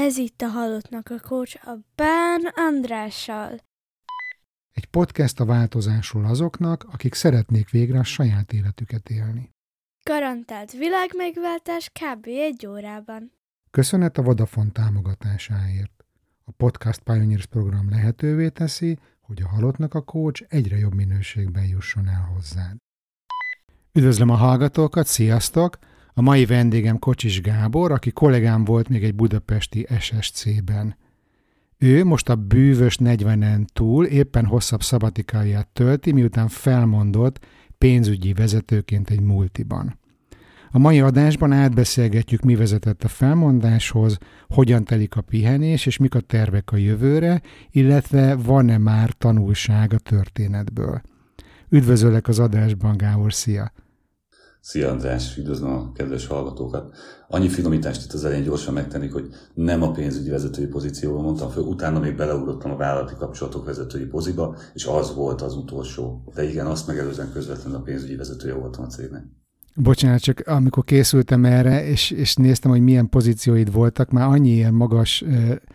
Ez itt a Halottnak a Coach a Bán Andrással. Egy podcast a változásról azoknak, akik szeretnék végre a saját életüket élni. Garantált világmegváltás kb. 1 órában. Köszönet a Vodafone támogatásáért. A Podcast Pioneers program lehetővé teszi, hogy a Halottnak a Coach egyre jobb minőségben jusson el hozzád. Üdvözlöm a hallgatókat, sziasztok! A mai vendégem Kocsis Gábor, aki kollégám volt még egy budapesti SSC-ben. Ő most a bűvös 40-en túl éppen hosszabb szabatikáját tölti, miután felmondott pénzügyi vezetőként egy multiban. A mai adásban átbeszélgetjük, mi vezetett a felmondáshoz, hogyan telik a pihenés, és mik a tervek a jövőre, illetve van-e már tanulság a történetből. Üdvözöllek az adásban, Gábor, szia! Szia András, üdvözlöm a kedves hallgatókat. Annyi finomítást itt az elején gyorsan megtennék, hogy nem a pénzügyi vezetői pozícióval mondtam föl, utána még beleugrottam a vállalati kapcsolatok vezetői poziba, és az volt az utolsó. De igen, azt megelőzően közvetlenül a pénzügyi vezetője voltam a cégnek. Bocsánat, csak amikor készültem erre, és néztem, hogy milyen pozícióid voltak, már annyi ilyen magas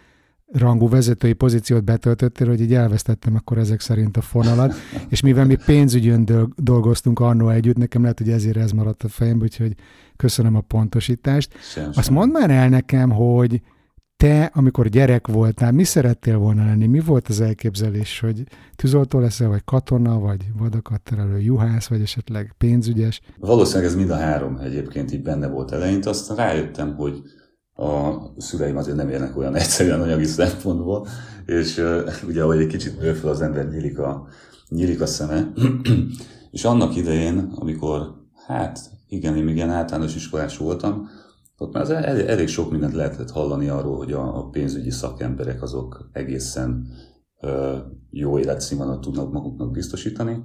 rangú vezetői pozíciót betöltöttél, hogy így elvesztettem akkor ezek szerint a fonalat, és mivel mi pénzügyön dolgoztunk annó együtt, nekem lehet, hogy ezért ez maradt a fejembe, úgyhogy köszönöm a pontosítást. Azt mondd már el nekem, hogy te, amikor gyerek voltál, mi szerettél volna lenni? Mi volt az elképzelés, hogy tűzoltó leszel, vagy katona, vagy vadakatterelő, juhász, vagy esetleg pénzügyes? Valószínűleg ez mind a három egyébként így benne volt eleinte, aztán rájöttem, hogy a szüleim azért nem élnek olyan egyszerűen anyagi szempontból, és ugye, ahogy egy kicsit nő fel az ember, nyílik a szeme. És annak idején, amikor, én még ilyen általános iskolás voltam, ott már elég sok mindent lehetett hallani arról, hogy a pénzügyi szakemberek azok egészen jó életszínvonalat tudnak maguknak biztosítani.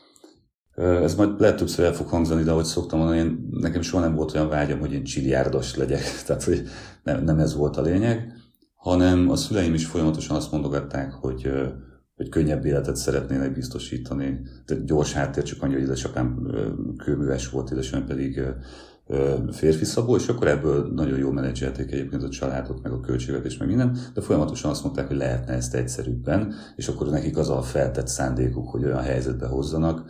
Ez majd lehet többször el fog hangzani, de ahogy szoktam mondani, nekem soha nem volt olyan vágyam, hogy én csiliárdos legyek. Tehát, hogy nem ez volt a lényeg, hanem a szüleim is folyamatosan azt mondogatták, hogy könnyebb életet szeretnének biztosítani. Tehát gyors háttér, csak annyi, hogy édesapám kőműves volt, édesapám pedig férfi szabó, és akkor ebből nagyon jól menedzselték egyébként a családot, meg a költségvetés, meg minden, de folyamatosan azt mondták, hogy lehetne ezt egyszerűbben, és akkor nekik az a feltett szándékuk, hogy olyan helyzetbe hozzanak,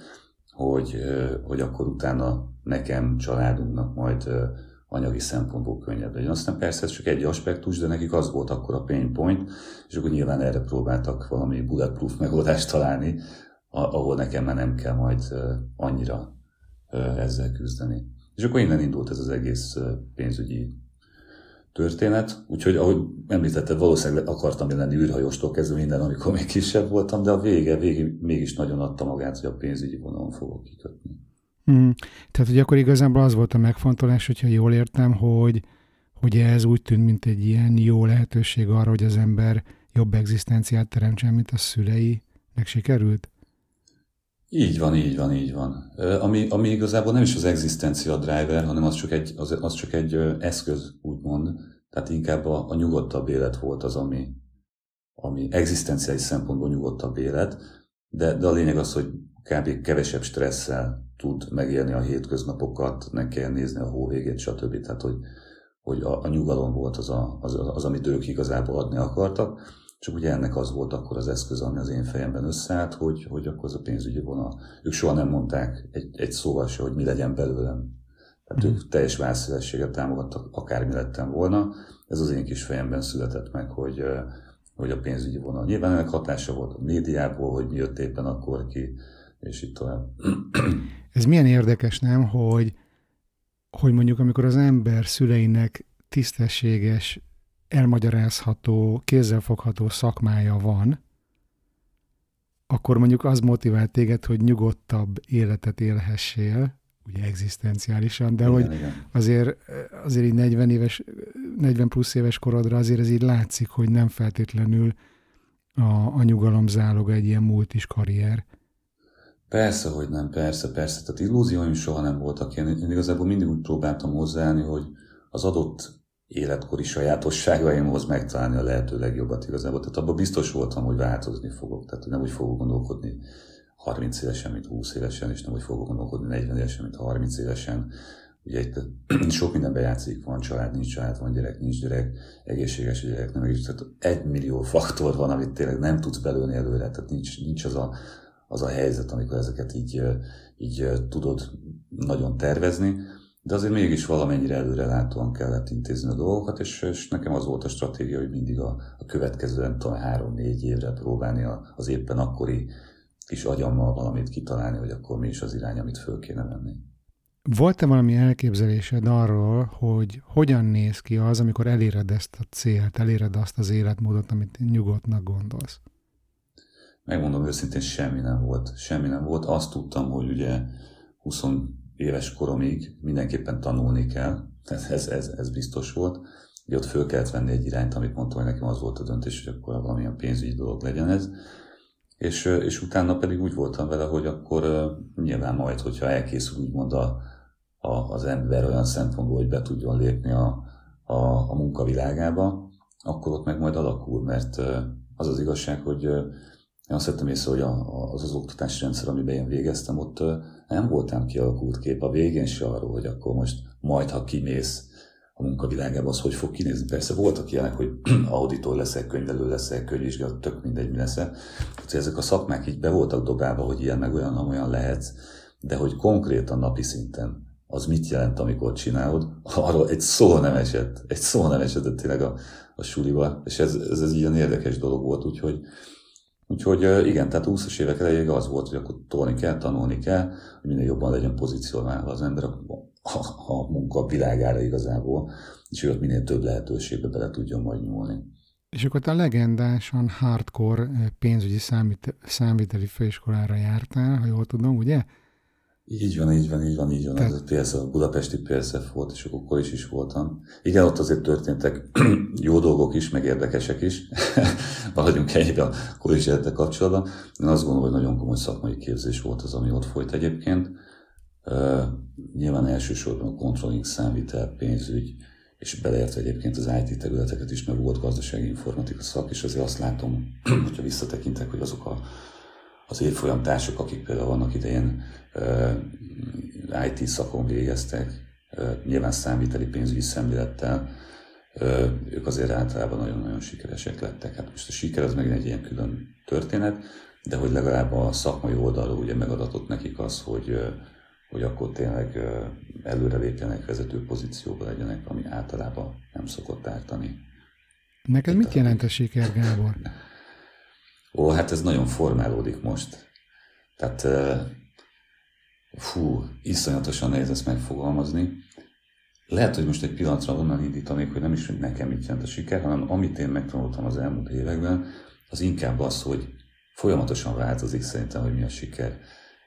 hogy akkor utána nekem, családunknak majd anyagi szempontból könnyebb legyen. Aztán persze ez csak egy aspektus, de nekik az volt akkor a pain point, és akkor nyilván erre próbáltak valami bulletproof megoldást találni, ahol nekem már nem kell majd annyira ezzel küzdeni. És akkor innen indult ez az egész pénzügyi történet. Úgyhogy, ahogy említetted, valószínűleg akartam lenni űrhajóstól kezdve minden, amikor még kisebb voltam, de a végig mégis nagyon adta magát, hogy a pénzügyi vonalon fogok kikötni. Tehát, hogy akkor igazából az volt a megfontolás, hogyha jól értem, hogy ez úgy tűnt, mint egy ilyen jó lehetőség arra, hogy az ember jobb egzisztenciát teremtsen, mint a szüleinek sikerült? Így van. Ami igazából nem is az egzisztencia driver, hanem az csak egy eszköz, úgymond. Tehát inkább a nyugodtabb élet volt az, ami egzisztenciális szempontból nyugodtabb élet, de a lényeg az, hogy kb. Kevesebb stresszel tud megélni a hétköznapokat, ne kell nézni a hóvégét, stb. Tehát, hogy a nyugalom volt az, amit ők igazából adni akartak. Csak ugye ennek az volt akkor az eszköz, ami az én fejemben összeállt, hogy akkor az a pénzügyi vonal. Ők soha nem mondták egy szóval se, hogy mi legyen belőlem. Tehát ők teljes válszívességgel támogattak, akármi lettem volna. Ez az én kis fejemben született meg, hogy a pénzügyi vonal. Nyilván ennek hatása volt a médiából, hogy mi jött éppen akkor ki, és így tovább. Ez milyen érdekes, nem, hogy mondjuk amikor az ember szüleinek tisztességes, elmagyarázható, kézzelfogható szakmája van, akkor mondjuk az motivál téged, hogy nyugodtabb életet élhessél, ugye egzisztenciálisan, de igen, hogy igen. Azért így 40 plusz éves korodra azért ez így látszik, hogy nem feltétlenül a nyugalom záloga egy ilyen multis karrier. Persze, hogy nem, persze. Tehát illúzióim soha nem voltak. Én igazából mindig úgy próbáltam hozzáállni, hogy az adott életkori sajátosságaimhoz megtalálni a lehető legjobbat igazából. Tehát abban biztos voltam, hogy változni fogok. Tehát nem úgy fogok gondolkodni 30 évesen, mint 20 évesen, és nem úgy fogok gondolkodni 40 évesen, mint 30 évesen. ugye itt sok mindenben játszik, van család, nincs család, van gyerek, nincs gyerek, egészséges a gyerek, nem egészséges. Tehát 1 millió faktor van, amit tényleg nem tudsz belőni előre, tehát nincs az a helyzet, amikor ezeket így tudod nagyon tervezni, de azért mégis valamennyire előrelátóan kellett intézni a dolgokat, és nekem az volt a stratégia, hogy mindig a következő, nem tudom, 3-4 évre próbálni az éppen akkori kis agyammal valamit kitalálni, hogy akkor mi is az irány, amit föl kéne venni. Volt-e valami elképzelésed arról, hogy hogyan néz ki az, amikor eléred ezt a célt, eléred azt az életmódot, amit nyugodtnak gondolsz? Megmondom őszintén, semmi nem volt. Semmi nem volt. Azt tudtam, hogy ugye 20 éves koromig mindenképpen tanulni kell. Ez biztos volt. Ugye ott föl kellett venni egy irányt, amit mondtam, hogy nekem az volt a döntés, hogy akkor valamilyen pénzügyi dolog legyen ez. És utána pedig úgy voltam vele, hogy akkor nyilván majd, hogyha elkészül úgymond az ember olyan szempontból, hogy be tudjon lépni a munkavilágába, akkor ott meg majd alakul, mert az az igazság, hogy én azt vettem észre, hogy az oktatási rendszer, amiben én végeztem, ott nem voltam kialakult kép a végén se arról, hogy akkor most majd, ha kimész a munkavilágába, az hogy fog kinézni. Persze voltak ilyenek, hogy auditor leszek, könyvelő leszek, könyvvizsgáló, tök mindegy, mi leszek. Ezek a szakmák így be voltak dobálva, hogy ilyen meg olyan lehetsz, de hogy konkrétan napi szinten az mit jelent, amikor csinálod, arról egy szó nem esett tényleg a suliba, és ez ilyen érdekes dolog volt, úgyhogy igen, tehát 20-as évek elejéig az volt, hogy akkor tolni kell, tanulni kell, hogy minél jobban legyen pozícionálva az ember a munka világára igazából, és hogy ott minél több lehetőségbe bele tudjon majd nyúlni. És akkor te a legendásan hardcore pénzügyi számviteli főiskolára jártál, ha jól tudom, ugye? Így van. Ez a budapesti PSF volt, és akkor is voltam. Igen, ott azért történtek jó dolgok is, meg érdekesek is. Maradjunk ennyiben a kollégiákkal kapcsolatban. Én azt gondolom, hogy nagyon komoly szakmai képzés volt az, ami ott folyt egyébként. Nyilván elsősorban a controlling, számvitel, pénzügy, és beleértve egyébként az IT területeket is, mert volt gazdasági informatika szak, és azért azt látom, hogyha visszatekintek, hogy azok az évfolyam társak, akik például annak idején IT szakon végeztek, nyilván számviteli pénzügyi szemlélettel, ők azért általában nagyon-nagyon sikeresek lettek. Hát most a siker az megint egy ilyen külön történet, de hogy legalább a szakmai oldalról ugye megadatott nekik az, hogy akkor tényleg előrelépjenek, vezető pozícióba legyenek, ami általában nem szokott ártani. Neked mit jelent a siker, Gábor? Hát ez nagyon formálódik most. Tehát iszonyatosan nehéz ezt megfogalmazni. Lehet, hogy most egy pillanatra onnan indítanék, hogy nem is, hogy nekem mit jelent a siker, hanem amit én megtanultam az elmúlt években, az inkább az, hogy folyamatosan változik szerintem, hogy mi a siker.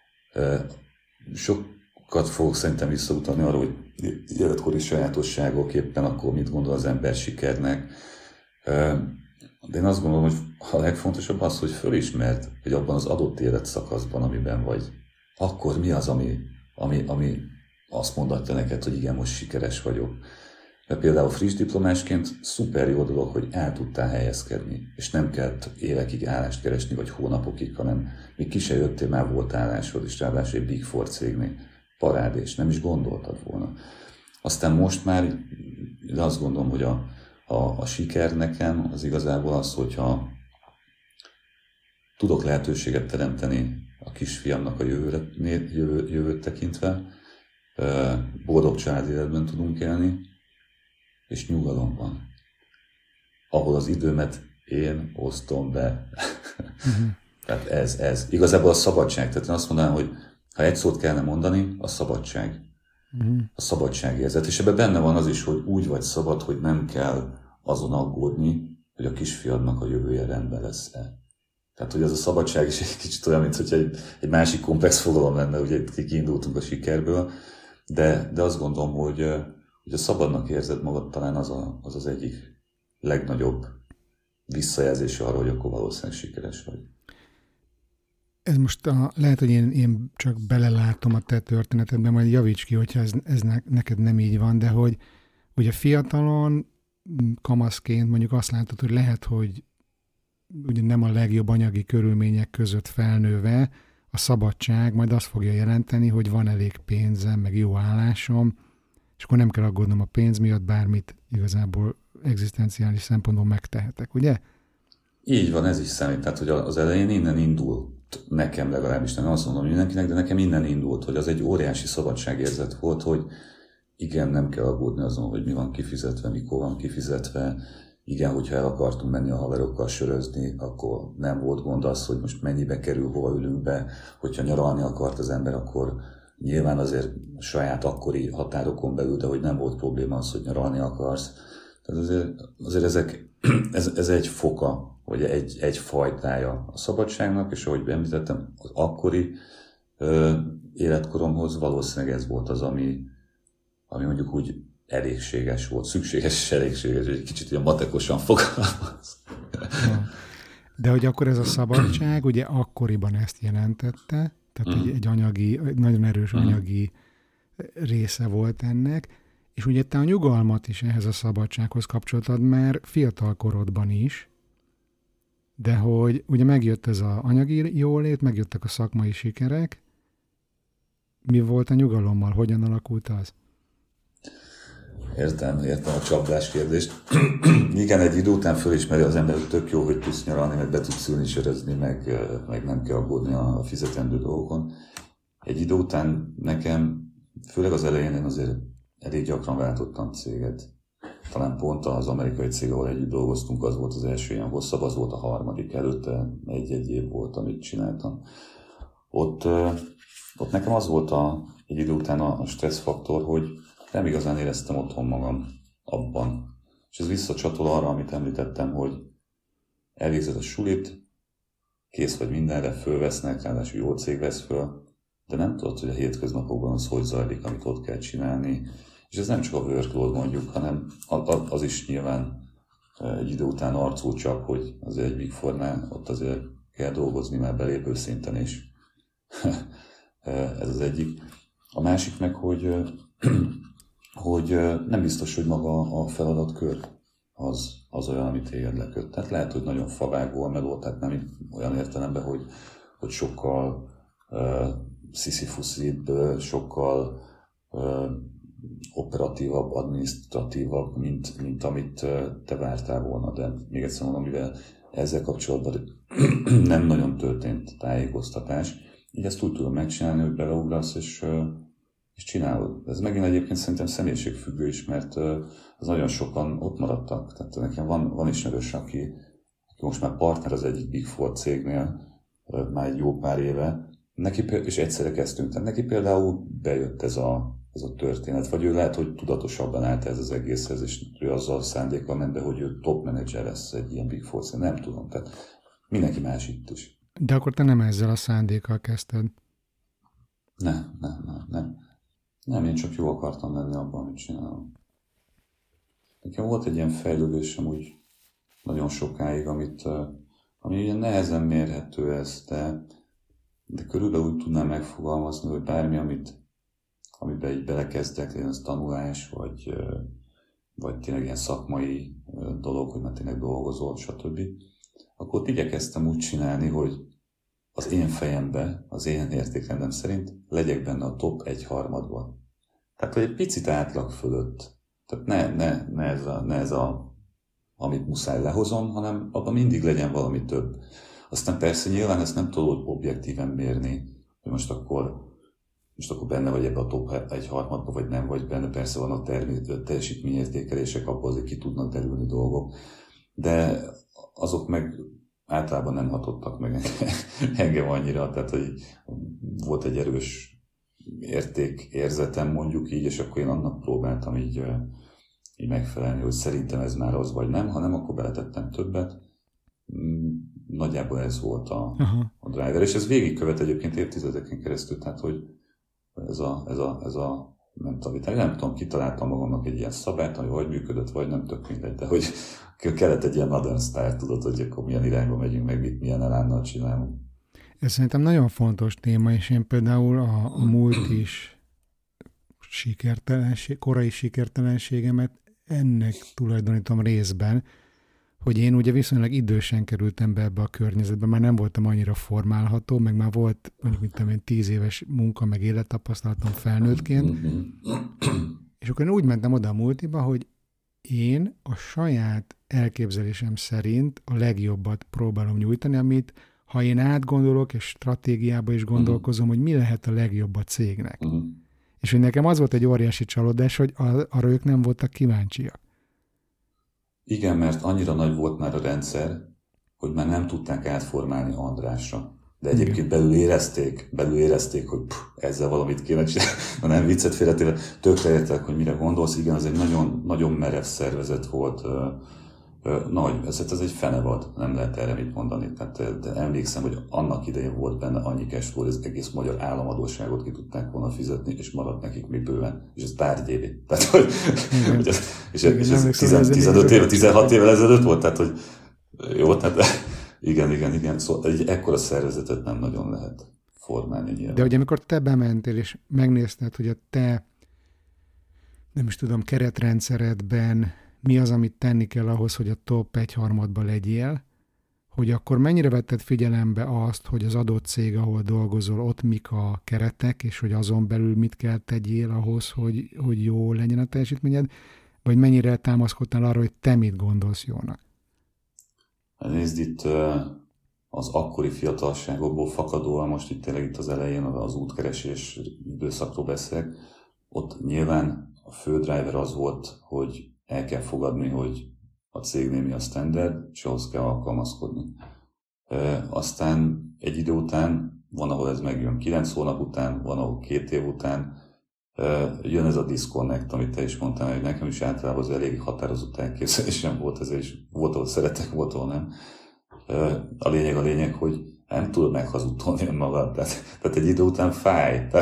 Sokat fogok szerintem visszautalni arra, hogy életkori sajátosságok, éppen akkor mit gondol az ember sikernek. De én azt gondolom, hogy a legfontosabb az, hogy fölismerd, hogy abban az adott életszakaszban, amiben vagy, akkor mi az, ami azt mondatja neked, hogy igen, most sikeres vagyok. Mert például friss diplomásként szuper jó dolog, hogy el tudtál helyezkedni, és nem kellett évekig állást keresni, vagy hónapokig, hanem még ki se jöttél, már volt állásod, és ráadásul egy Big Four cégnél parád, és nem is gondoltad volna. Aztán most már azt gondolom, hogy a siker nekem az igazából az, hogyha tudok lehetőséget teremteni a kisfiamnak a jövőt tekintve, boldog családi életben tudunk élni, és nyugalom van. Ahol az időmet én osztom be. Tehát ez. Igazából a szabadság. Tehát én azt mondanám, hogy ha egy szót kellene mondani, a szabadság. A szabadságérzet. És ebben benne van az is, hogy úgy vagy szabad, hogy nem kell azon aggódni, hogy a kisfiadnak a jövője rendben lesz-e. Tehát, hogy az a szabadság is egy kicsit olyan, mint hogy egy másik komplex fogalom lenne, ugye kiindultunk a sikerből, de azt gondolom, hogy a szabadnak érzed magad, talán az egyik legnagyobb visszajelzése arra, hogy akkor valószínűleg sikeres vagy. Ez most lehet, hogy én csak belelátom a te történetedben, majd javíts ki, hogyha ez neked nem így van, de hogy ugye fiatalon, kamaszként mondjuk azt látod, hogy lehet, hogy ugye nem a legjobb anyagi körülmények között felnőve a szabadság majd azt fogja jelenteni, hogy van elég pénzem, meg jó állásom, és akkor nem kell aggódnom a pénz miatt, bármit igazából egzisztenciális szempontból megtehetek, ugye? Így van, ez is számít. Tehát, hogy az elején innen indult, nekem legalábbis, nem azt mondom mindenkinek, de nekem innen indult, hogy az egy óriási szabadságérzet volt, hogy igen, nem kell aggódni azon, hogy mi van kifizetve, mikor van kifizetve. Igen, hogyha el akartunk menni a haverokkal sörözni, akkor nem volt gond az, hogy most mennyibe kerül, hova ülünk be. Hogyha nyaralni akart az ember, akkor nyilván azért saját akkori határokon belül, de hogy nem volt probléma az, hogy nyaralni akarsz. Tehát azért ez egy foka, vagy egy fajtája a szabadságnak, és ahogy említettem, az akkori életkoromhoz valószínűleg ez volt az, ami mondjuk úgy elégséges volt, szükséges és elégséges, egy kicsit ilyen matekosan fogalmaz. De hogy akkor ez a szabadság, ugye akkoriban ezt jelentette, tehát egy anyagi, nagyon erős anyagi része volt ennek, és ugye te a nyugalmat is ehhez a szabadsághoz kapcsoltad már fiatal korodban is, de hogy ugye megjött ez az anyagi jólét, megjöttek a szakmai sikerek, mi volt a nyugalommal, hogyan alakult az? Értem a csapdás kérdést. Igen, egy idő után fölismeri az ember, hogy tök jó, hogy tudsz nyaralni, meg be tudsz ülni, sörözni, meg nem kell aggódni a fizetendő dolgokon. Egy idő után nekem, főleg az elején én azért elég gyakran váltottam céget. Talán pont az amerikai cég, ahol együtt dolgoztunk, az volt az első ilyen hosszabb, az volt a harmadik, előtte egy év volt, amit csináltam. Ott nekem az volt egy idő után a stresszfaktor, hogy nem igazán éreztem otthon magam abban. És ez visszacsatol arra, amit említettem, hogy elvégzed a sulit, kész vagy mindenre, fölvesznek, ráadásul jó cég vesz föl, de nem tudod, hogy a hétköznapokban az hogy zajlik, amit ott kell csinálni. És ez nem csak a workload mondjuk, hanem az is nyilván egy idő után arcul csap, hogy azért egy Big Four-nál ott azért kell dolgozni már belépő szinten is. Ez az egyik. A másik meg, hogy nem biztos, hogy maga a feladatkör az olyan, amit téged leköt. Tehát lehet, hogy nagyon favágó a meló, tehát nem olyan értelemben, hogy sokkal sziszifuszibb, sokkal operatívabb, adminisztratívabb, mint amit te vártál volna. De még egyszer mondom, mivel ezzel kapcsolatban nem nagyon történt tájékoztatás, így ezt úgy tudom megcsinálni, hogy beleugrasz, és csinálod. Ez megint egyébként szerintem személyiségfüggő is, mert az nagyon sokan ott maradtak. Tehát nekem van ismerős, aki most már partner az egyik Big Four cégnél, már egy jó pár éve, és egyszerre kezdtünk. Tehát neki például bejött ez a történet, vagy ő lehet, hogy tudatosabban állt ez az egészhez, és ő azzal szándékkal ment be, hogy ő top manager lesz egy ilyen Big Four cég. Nem tudom, tehát mindenki más itt is. De akkor te nem ezzel a szándékkal kezdted? Nem, én csak jó akartam lenni abban, amit csinálom. Nekem volt egy ilyen fejlődésem úgy nagyon sokáig, ami ugye nehezen mérhető ez, de körülbelül úgy tudnám megfogalmazni, hogy bármi, amiben így belekezdek, legyen az tanulás, vagy tényleg ilyen szakmai dolog, hogy már tényleg dolgozol, stb. Akkor igyekeztem úgy csinálni, hogy az én fejembe, az én értékrendem szerint legyek benne a top 1/3-ban. Tehát, hogy egy picit átlag fölött. Tehát ne ez amit muszáj lehozom, hanem abban mindig legyen valami több. Aztán persze nyilván ezt nem tudod objektíven mérni, hogy most akkor benne vagy ebbe a top 1/3-ba, vagy nem vagy benne. Persze vannak teljesítményértékelések, abban azért ki tudnak derülni dolgok, de azok meg általában nem hatottak meg engem annyira, tehát hogy volt egy erős értékérzetem, mondjuk így, és akkor én annak próbáltam így megfelelni, hogy szerintem ez már az, vagy nem, ha nem, akkor beletettem többet. Nagyjából ez volt a driver, és ez végigkövet egyébként évtizedeken keresztül, tehát hogy ez a mentalitás. Nem tudom, kitaláltam magamnak egy ilyen szabályt, ami vagy működött, vagy nem, tök mindegy, de hogy kellett egy ilyen Northern Star, tudod, hogy akkor milyen irányba megyünk, meg milyen elánnal csinálunk. Ez szerintem nagyon fontos téma, és én például a múlt is korai sikertelenségemet ennek tulajdonítom részben, hogy én ugye viszonylag idősen kerültem be ebbe a környezetbe, már nem voltam annyira formálható, meg már volt mondjuk 10 éves munka, meg élettapasztalatom felnőttként, És akkor én úgy mentem oda a multiba, hogy én a saját elképzelésem szerint a legjobbat próbálom nyújtani, amit ha én átgondolok, és stratégiába is gondolkozom, hogy mi lehet a legjobb a cégnek. És hogy nekem az volt egy óriási csalódás, hogy arra ők nem voltak kíváncsiak. Igen, mert annyira nagy volt már a rendszer, hogy már nem tudták átformálni Andrásra. De egyébként belül érezték, hogy ezzel valamit kéne csinálni. Na nem, viccet félretéve, tökre értek, hogy mire gondolsz. Igen, ez egy nagyon, nagyon merev szervezet volt. Nagy, ez egy fenevad, nem lehet erre mit mondani. Tehát, de emlékszem, hogy annak idején volt benne annyi cash flow, hogy az egész magyar államadósságot ki tudták volna fizetni, és maradt nekik még bőven. És ez pár évi. Tehát, hogy ez 15 éve, 16 évvel ezelőtt volt, tehát, hogy jó, tehát igen. Szóval egy ekkora szervezetet nem nagyon lehet formálni nyilván. De hogy amikor te bementél, és megnézted, hogy a te, nem is tudom, keretrendszeredben mi az, amit tenni kell ahhoz, hogy a top 1/3-ba legyél, hogy akkor mennyire vetted figyelembe azt, hogy az adott cég, ahol dolgozol, ott mik a keretek, és hogy azon belül mit kell tegyél ahhoz, hogy jó legyen a teljesítményed, vagy mennyire támaszkodtál arra, hogy te mit gondolsz jónak? Nézd, itt az akkori fiatalságokból fakadóan, most itt tényleg itt az elején az útkeresés időszakról beszélek, ott nyilván a fő driver az volt, hogy el kell fogadni, hogy a cégnél mi a standard, és ahhoz kell alkalmazkodni. Aztán egy idő után, van, ahol ez megjön 9 hónap után, van, ahol 2 év után, jön ez a disconnect, amit te is mondtál, hogy nekem is általában az elég határozott elképzelésem volt ez, és volt, ahol szeretek, volt, ahol nem. A lényeg, hogy nem tudod meghazudtolni önmagad, tehát egy idő után fáj. Tehát,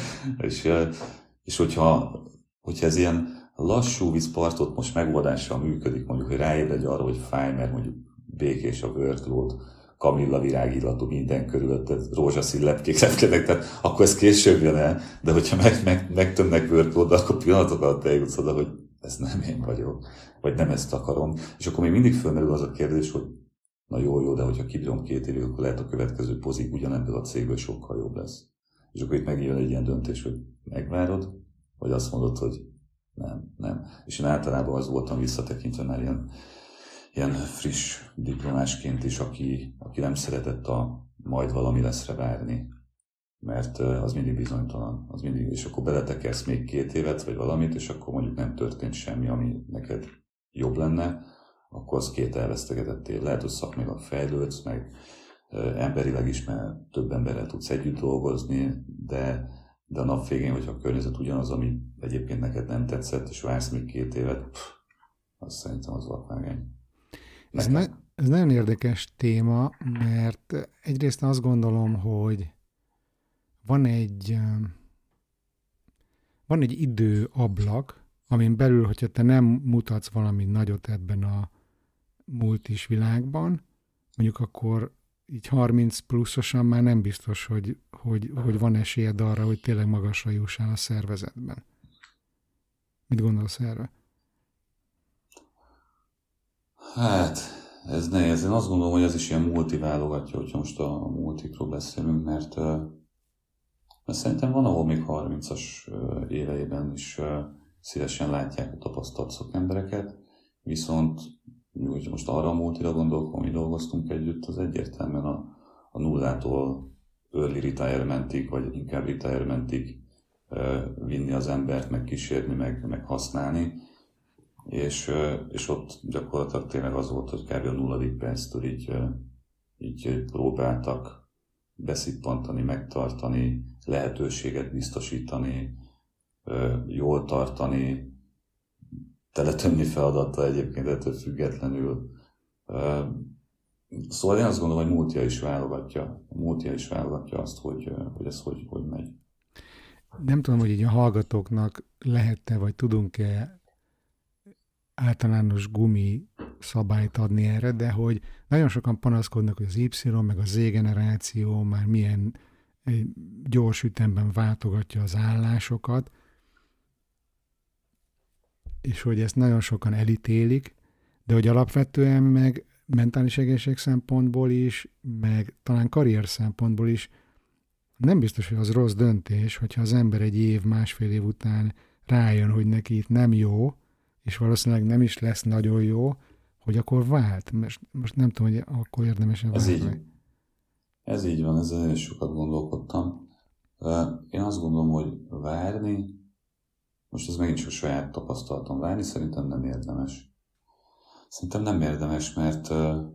és hogyha ez ilyen lassú vízpartot most megoldással működik, mondjuk, hogy ráébredj arra, hogy fáj, mert mondjuk békés a workload, kamilla virágillatú, minden körülötted, rózsaszín lepkék repkednek, tehát akkor ez később jön el, de hogyha megtömnek workload, akkor pillanatok alatt eljutsz oda, hogy ez nem én vagyok, vagy nem ezt akarom. És akkor még mindig fölmerül az a kérdés, hogy na jó, de hogyha kibírom 2 évig, akkor lehet a következő pozik ugyanebből a cégből sokkal jobb lesz. És akkor itt megjön egy ilyen döntés, hogy megvárod, vagy azt mondod, hogy nem. És én általában az voltam visszatekintve már ilyen friss diplomásként is, aki nem szeretett a majd valami leszre várni, mert az mindig bizonytalan, és akkor beletekersz még 2 évet, vagy valamit, és akkor mondjuk nem történt semmi, ami neked jobb lenne, akkor az 2 elvesztegetett év. Lehet, hogy szakmailag fejlődsz, meg emberileg is, mert több emberrel tudsz együtt dolgozni, de a nap végén, hogyha a környezet ugyanaz, ami egyébként neked nem tetszett, és vársz még 2 évet, azt szerintem az vakvágány. Ez nagyon érdekes téma, mert egyrészt azt gondolom, hogy van egy időablak, amin belül, hogyha te nem mutatsz valami nagyot ebben a multis világban, mondjuk akkor így 30 pluszosan már nem biztos, hogy van esélyed arra, hogy tényleg magasra jussál a szervezetben. Mit gondolsz erről? Hát, ez nehéz. Én azt gondolom, hogy ez is ilyen multiválogatja, hogyha most a multikról beszélünk, mert szerintem van, ahol még 30-as éveiben is szívesen látják a tapasztalt szakembereket, viszont hogy most arra a multira gondolok, mi dolgoztunk együtt, az egyértelműen a nullától early retirementig, vagy inkább retirementig vinni az embert, meg kísérni, meg használni. És ott gyakorlatilag tényleg az volt, hogy kb. A 0. perctől így próbáltak beszippantani, megtartani, lehetőséget biztosítani, jól tartani, teletömni feladattal egyébként ettől függetlenül. Szóval én azt gondolom, hogy Multia is válogatja azt, hogy ez hogy megy. Nem tudom, hogy így a hallgatóknak lehet-e, vagy tudunk-e általános gumi szabályt adni erre, de hogy nagyon sokan panaszkodnak, hogy az Y meg a Z generáció már milyen gyors ütemben váltogatja az állásokat, és hogy ezt nagyon sokan elítélik, de hogy alapvetően meg mentális egészség szempontból is, meg talán karrier szempontból is nem biztos, hogy az rossz döntés, hogyha az ember egy év, másfél év után rájön, hogy neki itt nem jó, és valószínűleg nem is lesz nagyon jó, hogy akkor vált. Most nem tudom, hogy akkor érdemes-e váltani. Ez így van, ezzel én is sokat gondolkodtam. Én azt gondolom, hogy várni, most ez megint csak saját tapasztalatom, várni szerintem nem érdemes. Szerintem nem érdemes, mert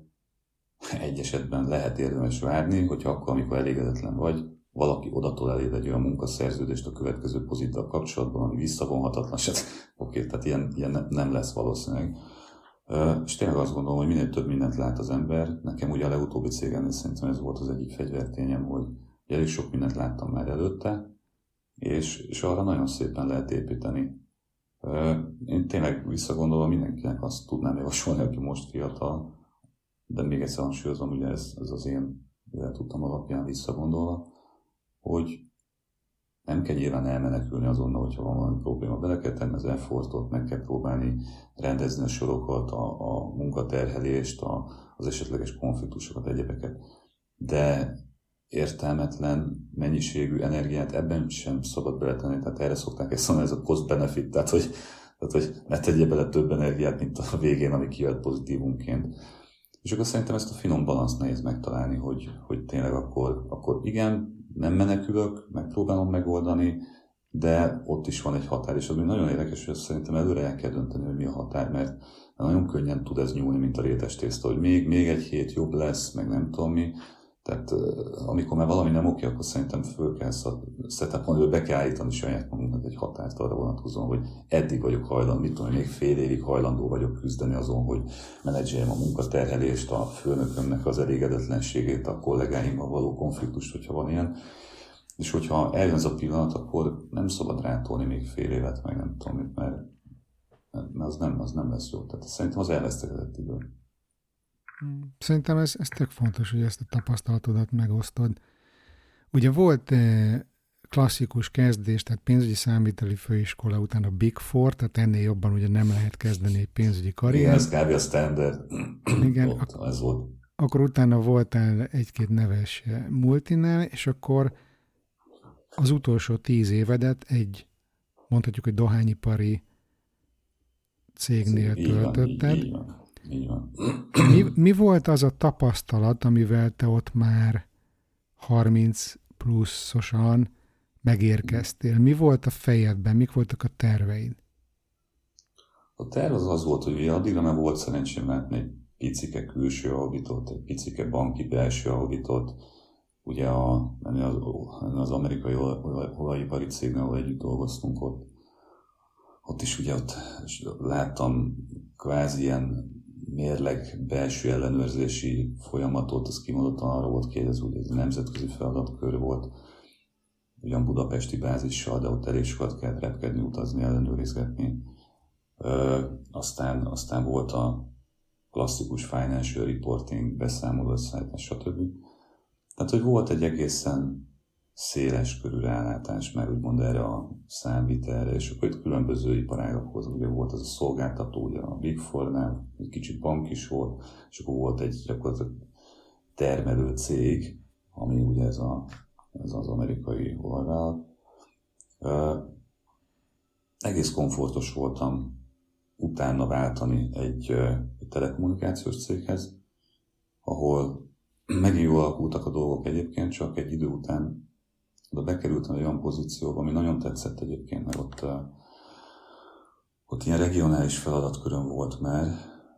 egy esetben lehet érdemes várni, hogyha akkor, amikor elégedetlen vagy, valaki odatol eléd egy olyan munkaszerződést a következő pozittal kapcsolatban, ami visszavonhatatlan, oké, tehát ilyen nem lesz valószínűleg. És tényleg azt gondolom, hogy minél több mindent lát az ember. Nekem ugye a legutóbbi cégemnél szerintem ez volt az egyik fegyvertényem, hogy elég sok mindent láttam már előtte, és arra nagyon szépen lehet építeni. Én tényleg visszagondolva mindenkinek azt tudnám javasolni, aki most fiatal, de még egyszer hangsúlyozom, ugye ez az én életutam alapján visszagondolva, hogy nem kell nyilván elmenekülni azonnal, hogyha van valami probléma. Bele kell tenni az effortot, meg kell próbálni rendezni a sorokat, a munkaterhelést, az esetleges konfliktusokat, egyebeket. De értelmetlen mennyiségű energiát ebben sem szabad beletenni. Tehát erre szokták ezt mondani, ez a cost-benefit, tehát hogy ne tegye bele több energiát, mint a végén, ami kijöhet pozitívumként. És akkor szerintem ezt a finom balanszt nehéz megtalálni, hogy tényleg akkor igen, nem menekülök, megpróbálom megoldani, de ott is van egy határ, és az még nagyon érdekes, hogy szerintem előre el kell dönteni, hogy mi a határ, mert nagyon könnyen tud ez nyúlni, mint a rétes tészta, hogy még egy hét jobb lesz, meg nem tudom mi. Tehát amikor már valami nem oké, akkor szerintem föl kell setupolni, hogy be kell állítani saját magunknak egy határt arra vonatkozóan, hogy eddig vagyok hajlandó, mit tudom, még fél évig hajlandó vagyok küzdeni azon, hogy menedzseljem a munkaterhelést, a főnökömnek az elégedetlenségét, a kollégáimmal való konfliktust, hogyha van ilyen. És hogyha eljön az a pillanat, akkor nem szabad rátolni még fél évet, meg nem tudom mit, mert az nem lesz jó. Tehát szerintem az elvesztegetett idő. Szerintem ez tök fontos, hogy ezt a tapasztalatodat megosztod. Ugye volt klasszikus kezdés, tehát pénzügyi számviteli főiskola után a Big Four, tehát ennél jobban ugye nem lehet kezdeni egy pénzügyi karriert. Igen, ez kb. A standard. Igen, ez volt. Akkor utána voltál egy-két neves multinál, és akkor az utolsó 10 évedet egy, mondhatjuk, hogy dohányipari cégnél töltötted. Így van. Mi volt az a tapasztalat, amivel te ott már 30 pluszosan megérkeztél? Mi volt a fejedben? Mik voltak a terveid? A terv az volt, hogy ugye addigra már volt szerencsém látni egy picike külső auditot, egy picike banki belső auditot. Ugye az amerikai olajipari cégnél, ahol együtt dolgoztunk ott is ugye ott láttam kvázi ilyen mérleg belső ellenőrzési folyamatot, az kimondottan arra volt kérdezve, hogy ez nemzetközi feladatkör volt, ugyan budapesti bázissal, de ott elég sokat kellett repkedni, utazni, ellenőrizgetni. Aztán volt a klasszikus financial reporting, beszámoló összeállítás, stb. Tehát, hogy volt egy egészen széles körű rálátás, már úgymond erre a számvitelre, és akkor itt különböző iparágakhoz, ugye volt az a szolgáltató, ugye a Big Four-nál, egy kicsit bank is volt, és akkor volt egy gyakorlatilag termelő cég, ami ugye ez az amerikai olajvállalat. Egész komfortos voltam utána váltani egy telekommunikációs céghez, ahol megint jól alakultak a dolgok egyébként, csak egy idő után oda bekerültem egy olyan pozícióba, ami nagyon tetszett egyébként, mert ott ilyen regionális feladatköröm volt már,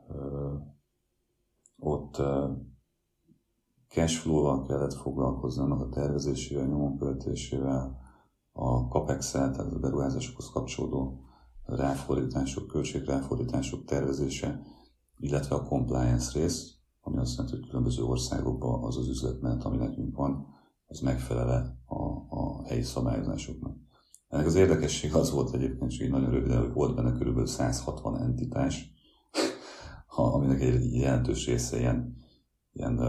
ott cashflow-val kellett foglalkozni, annak a tervezésével, nyomon követésével, a CAPEX-el, tehát a beruházásokhoz kapcsolódó ráfordítások, költségráfordítások tervezése, illetve a compliance rész, ami azt jelenti, hogy különböző országokban az üzletmenet, ami nekünk van, az megfelele a helyi szabályozásoknak. Ennek az érdekesség az volt egyébként, csak így nagyon röviden, hogy volt benne körülbelül 160 entitás, aminek egy jelentős része ilyen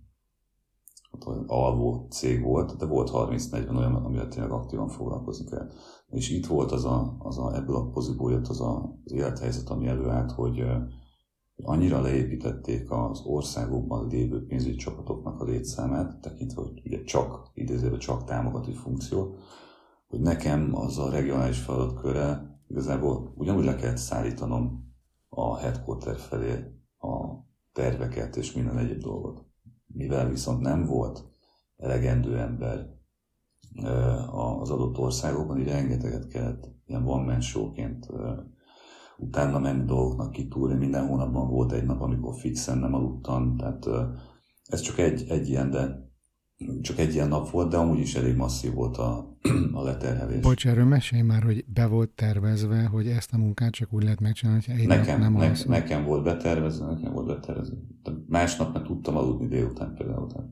alvó cég volt, de volt 30-40 olyan, amivel tényleg aktívan foglalkozni kell. És itt volt ebből a poziból jött az élethelyzet, ami előállt, hogy annyira leépítették az országokban lévő pénzügyi csapatoknak a létszámát, tekintve, hogy ugye csak támogató funkció, hogy nekem az a regionális feladatkörre igazából ugyanúgy le kellett szállítanom a headquarter felé a terveket és minden egyéb dolgot. Mivel viszont nem volt elegendő ember az adott országokban, így rengeteget kellett ilyen one-man show-ként utána menni dolgoknak, kitúrni. Minden hónapban volt egy nap, amikor fixen nem aludtam, tehát ez csak egy ilyen nap volt, de amúgy is elég masszív volt a leterhelés. Bocs, erről mesélj már, hogy be volt tervezve, hogy ezt a munkát csak úgy lehet megcsinálni, hogy egy nap nem alszol. Nekem volt betervezve. De másnap már tudtam aludni délután például.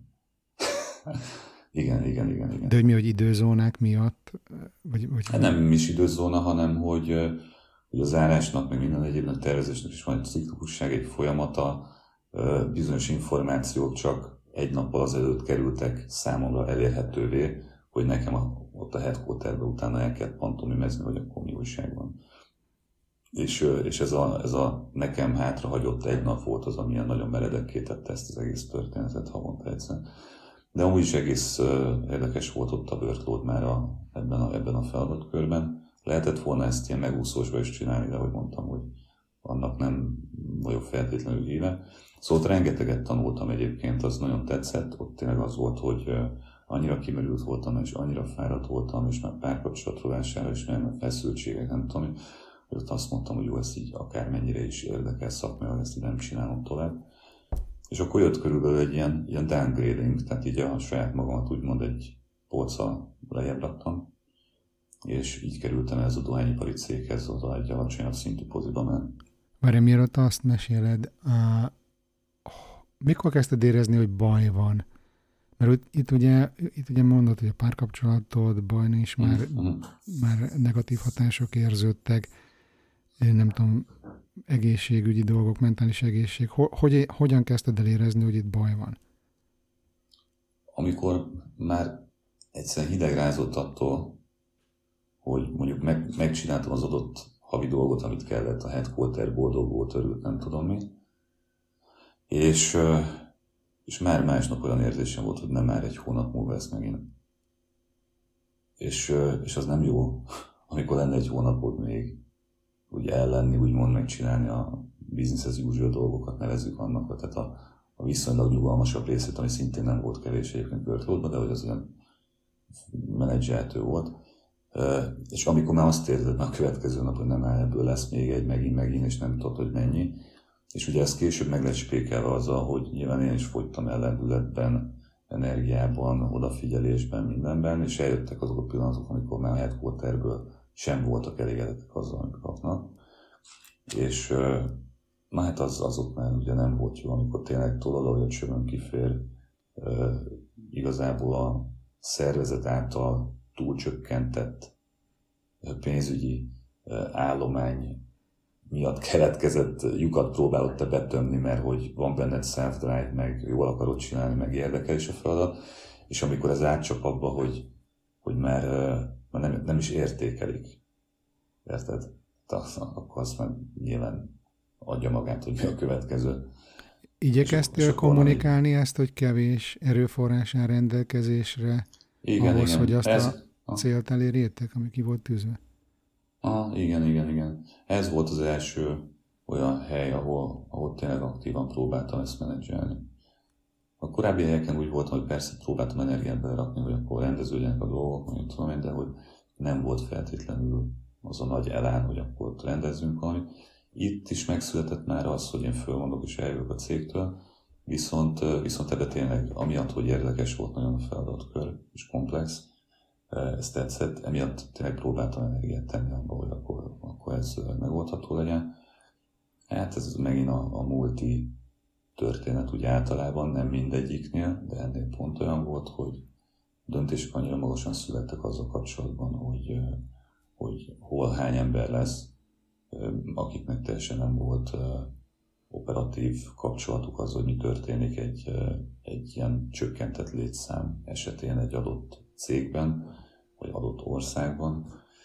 Igen. De hogy mi, hogy időzónák miatt? Vagy... Hát nem is időzóna, hanem hogy a zárásnak, meg minden egyébnek tervezésnek is van egy ciklikusság, egy folyamata, bizonyos információk csak egy nappal azelőtt kerültek számomra elérhetővé, hogy nekem ott a headquarterben utána el kellett pantomimezni, hogy akkor mi újság van. És ez a nekem hátrahagyott egy nap volt az, amilyen nagyon meredekké tette ezt az egész történetet havonta egyszer. De amúgy is egész érdekes volt ott a workload már ebben a feladatkörben. Lehetett volna ezt ilyen megúszósba is csinálni, de ahogy mondtam, hogy annak nem vagyok feltétlenül híve. Szóval rengeteget tanultam egyébként, az nagyon tetszett. Ott tényleg az volt, hogy annyira kimerült voltam, és annyira fáradt voltam, és már párkapcsolatrulására is nagyon feszültségek, nem tudom, hogy ott azt mondtam, hogy jó, ezt így akármennyire is érdekel szakmailag, ezt így nem csinálom tovább. És akkor jött körülbelül egy ilyen downgrading, tehát így a saját magamat úgymond egy polccal lejjebb raktam, és így kerültem ez a dohányipari céghez, oda egy alacsonyabb szintű poziba már. Várj, mielőtt azt meséled, mikor kezdted érezni, hogy baj van? Mert itt ugye mondod, hogy a párkapcsolatod is már negatív hatások érződtek, nem tudom, egészségügyi dolgok, mentális egészség. Hogyan kezdted el érezni, hogy itt baj van? Amikor már egyszerűen hideg rázott attól, hogy mondjuk megcsináltam az adott havi dolgot, amit kellett, a headquarter boldog volt, örült, nem tudom mi. És már másnap olyan érzésem volt, hogy nem már egy hónap múlva ezt megint. És az nem jó, amikor lenne egy hónapod még úgy ellenni, úgymond megcsinálni a business as usual dolgokat, nevezzük annak, tehát a viszonylag nyugalmasabb részét, ami szintén nem volt kevés egyébként workloadban, de hogy az olyan menedzselhető volt. És amikor már azt érzed a következő nap, hogy nem áll, ebből lesz még egy, megint, és nem tudod, hogy mennyi. És ugye ez később meg lett spékelve azzal, hogy nyilván én is fogytam ellendületben, energiában, odafigyelésben, mindenben, és eljöttek azok a pillanatok, amikor már a headquarterből sem voltak elégedettek azzal, amit kapnak. És na hát az ott már ugye nem volt jó, amikor tényleg tolod, hogy a csövön kifér, igazából a szervezet által túlcsökkentett pénzügyi állomány miatt keletkezett lyukat próbálod te betömni, mert hogy van benned self-drive, meg jól akarod csinálni, meg érdekel is a feladat, és amikor ez átcsap abba, hogy már nem is értékelik, érted? Akkor azt már nyilván adja magát, hogy mi a következő. Igyekeztél kommunikálni ezt, hogy kevés erőforrás áll rendelkezésre, ahhoz, hogy azt a célt elérjétek, ami ki volt tűzve? Igen. Ez volt az első olyan hely, ahol tényleg aktívan próbáltam ezt menedzselni. A korábbi helyeken úgy voltam, hogy persze próbáltam energiát belerakni, hogy akkor rendeződjenek a dolgok, mondjuk tudom, de hogy nem volt feltétlenül az a nagy elán, hogy akkor ott rendezzünk valamit. Itt is megszületett már az, hogy én fölmondok és eljövök a cégtől, viszont ebbe tényleg, amiatt, hogy érdekes volt nagyon a feladatkör és komplex, ez tetszett, emiatt tényleg próbáltam energiát tenni abba, hogy akkor ez megoldható legyen. Hát ez megint a multi történet úgy általában, nem mindegyiknél, de ennél pont olyan volt, hogy döntések annyira magasan születtek azzal kapcsolatban, hogy hol hány ember lesz, akiknek teljesen nem volt operatív kapcsolatuk az, hogy mi történik egy ilyen csökkentett létszám esetén egy adott cégben, vagy adott országban,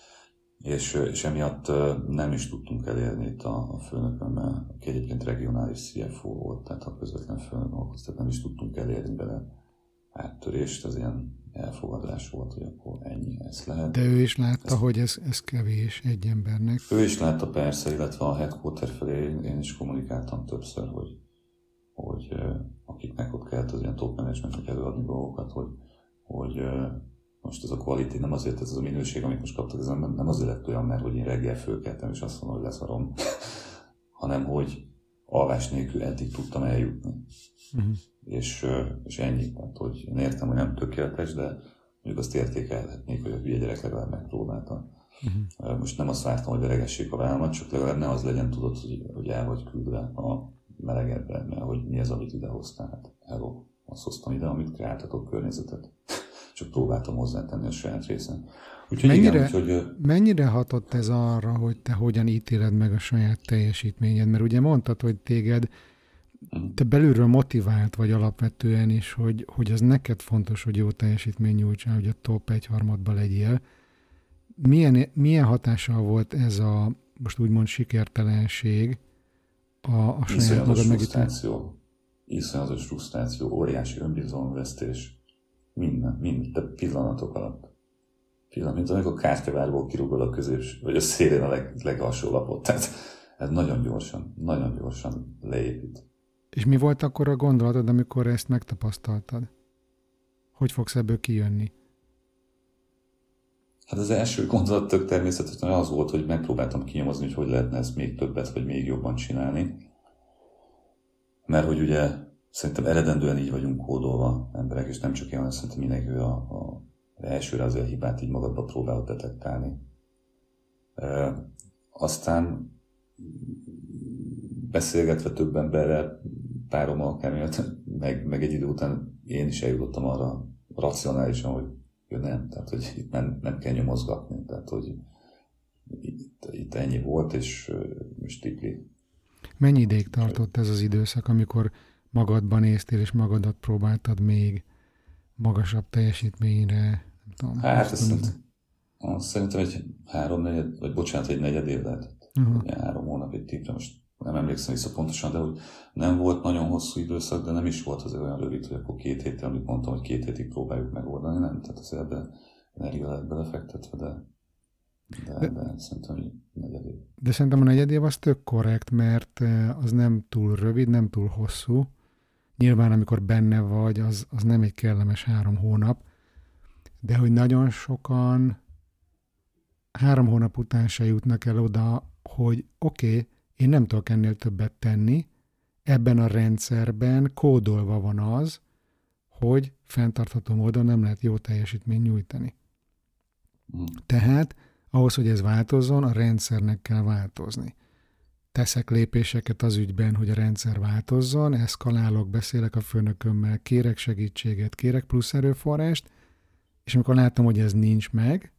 és emiatt nem is tudtunk elérni itt a főnökömmel, aki egyébként regionális CFO volt, tehát a közvetlen főnök, tehát nem is tudtunk elérni vele áttörést, az ilyen elfogadás volt, hogy akkor ennyi, ez lehet. De ő is látta, hogy ez kevés egy embernek. Ő is látta persze, illetve a headquarter felé én is kommunikáltam többször, hogy akiknek ott kellett az ilyen top managementnek előadni dolgokat, hogy most ez a quality, nem azért ez a minőség, amit most kaptak, ez nem azért lett olyan, mert hogy én reggel fölkeltem, és azt mondom, hogy leszarom, hanem hogy alvás nélkül eddig tudtam eljutni. Uh-huh. És ennyi. Tehát, hogy én értem, hogy nem tökéletes, de mondjuk azt értékelhetnék, hogy a hülye gyerek legalább megpróbálta. Uh-huh. Most nem azt vártam, hogy veregessék a vállamat, csak legalább ne az legyen, tudod, hogy el vagy küldve a melegedben, mert hogy mi az, amit idehoztál. Hát, hello, azt hoztam ide, amit kreáltatok környezetet. Csak próbáltam hozzátenni a saját részen. Mennyire hatott ez arra, hogy te hogyan ítéled meg a saját teljesítményed? Mert ugye mondtad, hogy te belülről motivált vagy alapvetően is, hogy az neked fontos, hogy jó teljesítmény nyújtsál, hogy a top 1/3-ba legyél. Milyen hatással volt ez a most úgymond sikertelenség a saját magad megítélésével? Iszonyatos frusztráció, óriási önbizalomvesztés, minden, de pillanatok alatt. Mint amikor kártyavárból kirúgod a középső, vagy a szélén a legalsó lapot. Tehát ez nagyon gyorsan leépít. És mi volt akkor a gondolatod, amikor ezt megtapasztaltad? Hogy fogsz ebből kijönni? Hát az első gondolat tök természetesen az volt, hogy megpróbáltam kinyomozni, hogy lehetne ezt még többet, vagy még jobban csinálni. Mert hogy ugye szerintem eredendően így vagyunk kódolva emberek, és nem csak én, hanem szerintem mindenki elsőre azért a hibát így magadba próbálod detektálni. Aztán beszélgetve több emberrel, párommal meg egy idő után én is eljutottam arra racionálisan, hogy nem, tehát hogy itt nem kell nyomozgatni, tehát hogy itt ennyi volt, és tipli. Mennyi ideig tartott ez az időszak, amikor magadban néztél, és magadat próbáltad még magasabb teljesítményre? Nem tudom, hát szerintem egy egy negyed év lehetett. 3 hónap egy tippre, most nem emlékszem vissza pontosan, de hogy nem volt nagyon hosszú időszak, de nem is volt azért olyan rövid, hogy akkor 2 héttel, amit mondtam, hogy 2 hétig próbáljuk megoldani, nem? Tehát azért ebbe energia lett belefektetve, de szerintem egy negyed év. De szerintem a negyed év az tök korrekt, mert az nem túl rövid, nem túl hosszú. Nyilván, amikor benne vagy, az nem egy kellemes 3 hónap, de hogy nagyon sokan 3 hónap után se jutnak el oda, hogy oké, én nem tudok ennél többet tenni, ebben a rendszerben kódolva van az, hogy fenntartható módon nem lehet jó teljesítményt nyújtani. Tehát ahhoz, hogy ez változzon, a rendszernek kell változni. Teszek lépéseket az ügyben, hogy a rendszer változzon, eszkalálok, beszélek a főnökömmel, kérek segítséget, kérek plusz erőforrást, és amikor látom, hogy ez nincs meg,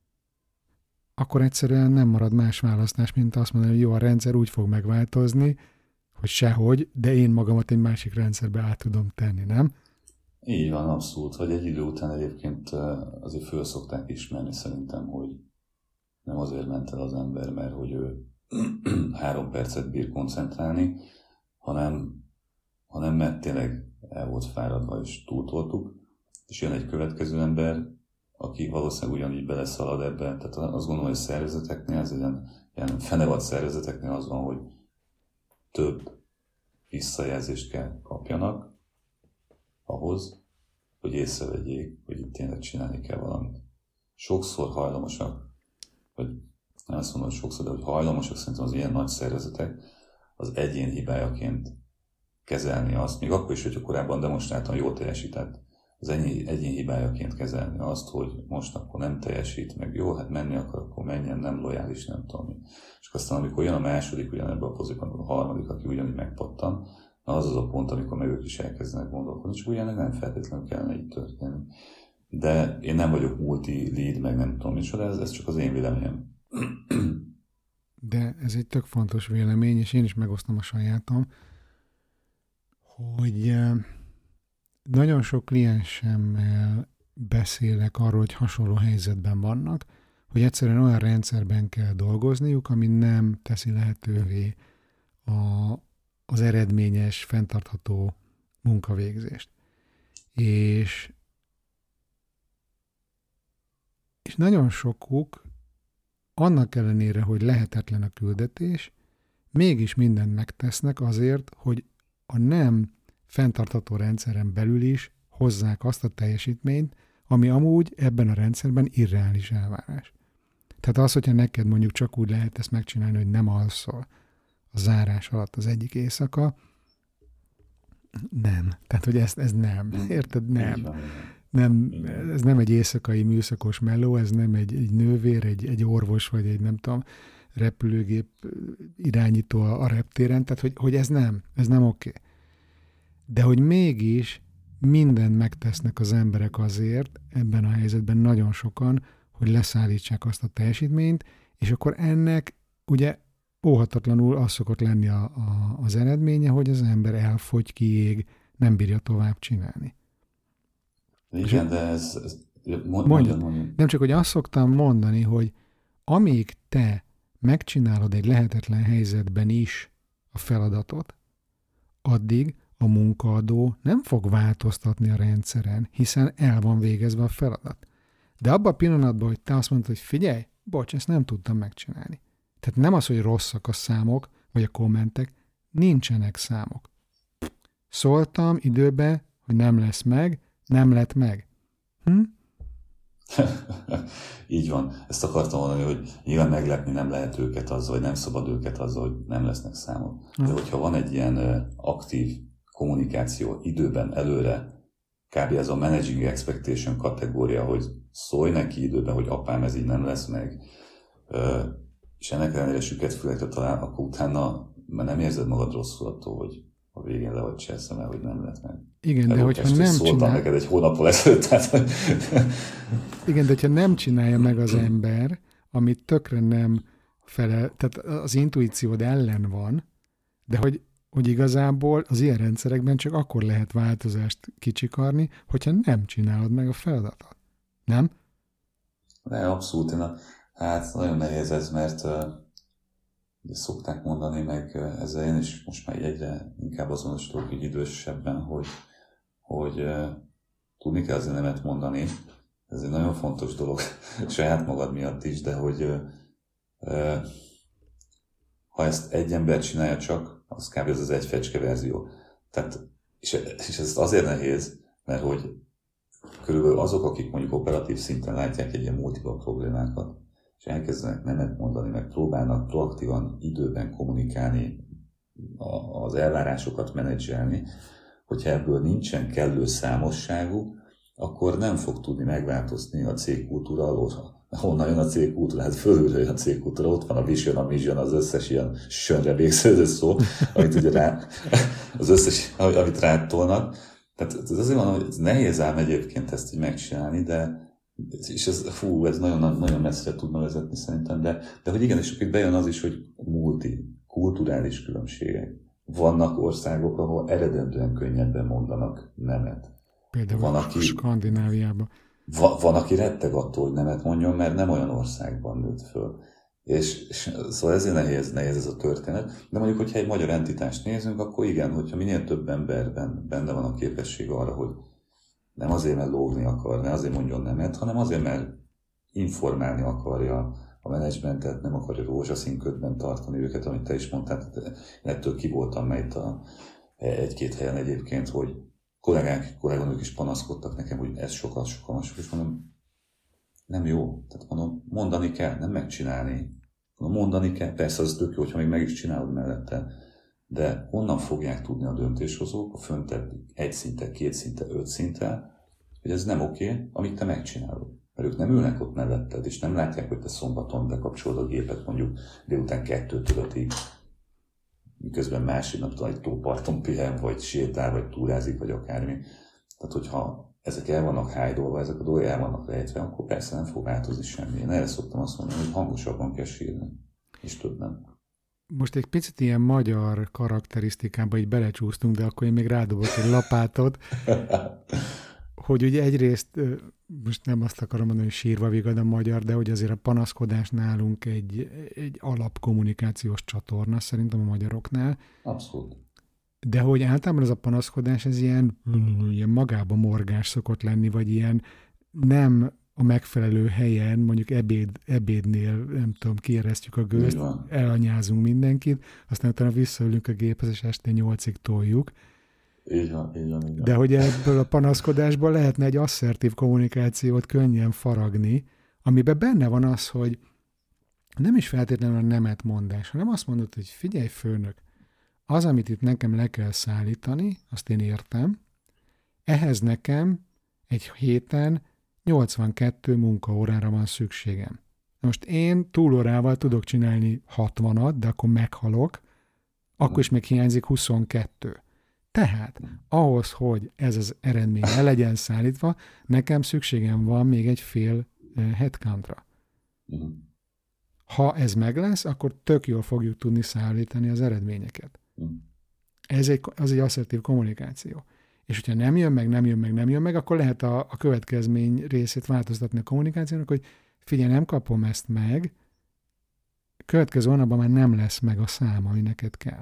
akkor egyszerűen nem marad más választás, mint azt mondani, hogy jó, a rendszer úgy fog megváltozni, hogy sehogy, de én magamat egy másik rendszerbe át tudom tenni, nem? Így van, abszolút. Vagy egy idő után egyébként azért föl szokták ismerni szerintem, hogy nem azért ment el az ember, mert hogy ő 3 percet bír koncentrálni, hanem mert tényleg el volt fáradva és túltoltuk, és jön egy következő ember, aki valószínűleg ugyanígy beleszalad ebben. Tehát azt gondolom, hogy a szervezeteknél, az ilyen fenevad szervezeteknél az van, hogy több visszajelzést kell kapjanak ahhoz, hogy észrevegyék, hogy itt tényleg csinálni kell valamit. Sokszor hajlamosak, vagy nem azt mondom, hogy sokszor, de hogy hajlamosak szerintem az ilyen nagy szervezetek az egyén hibájaként kezelni azt, még akkor is, hogyha korábban demonstráltan jól teljesített, az egyén hibájaként kezelni azt, hogy most akkor nem teljesít, meg jó, hát menni akar, akkor menjen, nem lojális, nem tudom. És aztán amikor jön a második, ugyanebben a pozícióban, a harmadik, aki ugyanígy megpattan, az a pont, amikor meg ők is elkezdenek gondolkodni, és ugyanek nem feltétlenül kellene így történni. De én nem vagyok multi-lead, meg nem tudom micsoda, ez csak az én véleményem. De ez egy tök fontos vélemény, és én is megosztom a sajátom, hogy nagyon sok kliensemmel beszélek arról, hogy hasonló helyzetben vannak, hogy egyszerűen olyan rendszerben kell dolgozniuk, ami nem teszi lehetővé az eredményes, fenntartható munkavégzést. És nagyon sokuk annak ellenére, hogy lehetetlen a küldetés, mégis mindent megtesznek azért, hogy a nem fenntartható rendszeren belül is hozzák azt a teljesítményt, ami amúgy ebben a rendszerben irreális elvárás. Tehát az, hogyha neked mondjuk csak úgy lehet ezt megcsinálni, hogy nem alszol a zárás alatt az egyik éjszaka, nem. Tehát, hogy ez nem. Érted? Nem. Ez nem egy éjszakai műszakos meló, ez nem egy nővér, egy orvos, vagy egy nem tudom, repülőgép irányító a reptéren, tehát, hogy ez nem oké. De hogy mégis mindent megtesznek az emberek azért, ebben a helyzetben nagyon sokan, hogy leszállítsák azt a teljesítményt, és akkor ennek ugye óhatatlanul az szokott lenni az eredménye, hogy az ember elfogy, kiég, nem bírja tovább csinálni. Igen, de ez mondja. Nem csak, hogy azt szoktam mondani, hogy amíg te megcsinálod egy lehetetlen helyzetben is a feladatot, addig a munkaadó nem fog változtatni a rendszeren, hiszen el van végezve a feladat. De abban a pillanatban, hogy te azt mondod, hogy figyelj, bocs, ezt nem tudtam megcsinálni. Tehát nem az, hogy rosszak a számok, vagy a kommentek, nincsenek számok. Szóltam időbe, hogy nem lesz meg, nem lett meg. Így van. Ezt akartam mondani, hogy nyilván meglepni nem lehet őket azzal, vagy nem szabad őket azzal, hogy nem lesznek számok. De hogyha van egy ilyen aktív kommunikáció időben, előre, kb. Ez a managing expectation kategória, hogy szólj neki időben, hogy apám, ez így nem lesz meg, és ennek ellenére süket fülekre talál, akkor utána már nem érzed magad rosszul attól, hogy a végén le vagy cselszem el, hogy nem lett meg. Igen, de hogyha nem szóltam neked egy hónappal ezelőtt, tehát... Igen, de hogyha nem csinálja meg az ember, amit tökre nem felel, tehát az intuíciód ellen van, de hogy igazából az ilyen rendszerekben csak akkor lehet változást kicsikarni, hogyha nem csinálod meg a feladatot. Nem? De abszolút. Hát nagyon nehéz ez, mert szokták mondani, meg ezzel én is most már egyre inkább azonosítok így idősebben, hogy tudni kell azért nemet mondani. Ez egy nagyon fontos dolog, saját magad miatt is, de hogy ha ezt egy ember csinálja csak, az kb. Az egy fecske verzió. Tehát, és ez azért nehéz, mert hogy körülbelül azok, akik mondjuk operatív szinten látják egy ilyen multiple problémákat, és elkezdenek nemet mondani, meg próbálnak proaktívan időben kommunikálni, az elvárásokat menedzselni, hogyha ebből nincsen kellő számosságú, akkor nem fog tudni megváltozni a cégkultúra, honnan jön a cégkultúra, hát fölülről jön a cégkultúra, ott van a vision, a mission, az összes ilyen sönre végződő szó, amit ugye az összes, amit rátolnak. Tehát azért van, hogy nehéz ám egyébként ezt így megcsinálni, de és ez nagyon, nagyon messzire tudna vezetni szerintem, de hogy igen, és itt bejön az is, hogy kulturális különbségek. Vannak országok, ahol eredendően könnyebben mondanak nemet. Például Skandináviában. Van, aki retteg attól, hogy nemet mondjon, mert nem olyan országban nőtt föl. És szóval ezért nehéz ez a történet. De mondjuk, hogyha egy magyar entitást nézünk, akkor igen, hogyha minél több emberben benne van a képesség arra, hogy nem azért, mert lógni akar, ne azért mondjon nemet, hanem azért, mert informálni akarja a menedzsmentet, nem akarja rózsaszínködben tartani őket, amit te is mondtál. Én ettől ki voltam már itt egy-két helyen egyébként, hogy kolléganők is panaszkodtak nekem, hogy ez sokkal és mondom, nem jó. Tehát mondom, mondani kell, nem megcsinálni. Mondom, mondani kell, persze az tök jó, hogyha még meg is csinálod mellette, de honnan fogják tudni a döntéshozók, a föntebb 1 szinttel, 2 szinttel, 5 szinttel, hogy ez nem oké, amit te megcsinálod. Mert ők nem ülnek ott melletted, és nem látják, hogy te szombaton bekapcsolod a gépet mondjuk délután 2-től 5-ig, miközben másik egy tóparton pihen, vagy sétál, vagy túrázik, vagy akármi. Tehát, hogyha ezek el vannak hájdolva, ezek a dolgok el vannak rejtve, akkor persze nem fog változni semmi. Én erre szoktam azt mondani, hogy hangosabban kell sírni, és több nem. Most egy picit ilyen magyar karakterisztikába így belecsúsztunk, de akkor én még rádobok egy lapátot, hogy ugye egyrészt, most nem azt akarom mondani, hogy sírva vigad a magyar, de hogy azért a panaszkodás nálunk egy alapkommunikációs csatorna szerintem a magyaroknál. Abszolút. De hogy általában ez a panaszkodás, ez ilyen magába morgás szokott lenni, vagy ilyen nem a megfelelő helyen, mondjuk ebédnél, nem tudom, kieresztjük a gőzt, elanyázunk mindenkit, aztán utána visszaülünk a géphez, és este 8-ig toljuk. Így van. De hogy ebből a panaszkodásból lehetne egy asszertív kommunikációt könnyen faragni, amiben benne van az, hogy nem is feltétlenül a nemet mondás, hanem azt mondod, hogy figyelj főnök, az, amit itt nekem le kell szállítani, azt én értem, ehhez nekem egy héten 82 munkaórára van szükségem. Most én túlórával tudok csinálni 60-at, de akkor meghalok, akkor is még hiányzik 22. Tehát ahhoz, hogy ez az eredmény le legyen szállítva, nekem szükségem van még egy fél headcountra. Ha ez meg lesz, akkor tök jól fogjuk tudni szállítani az eredményeket. Az egy asszertív kommunikáció. És hogyha nem jön meg, akkor lehet a következmény részét változtatni a kommunikációnak, hogy figyelj, nem kapom ezt meg, következő hónapban már nem lesz meg a szám, ami neked kell.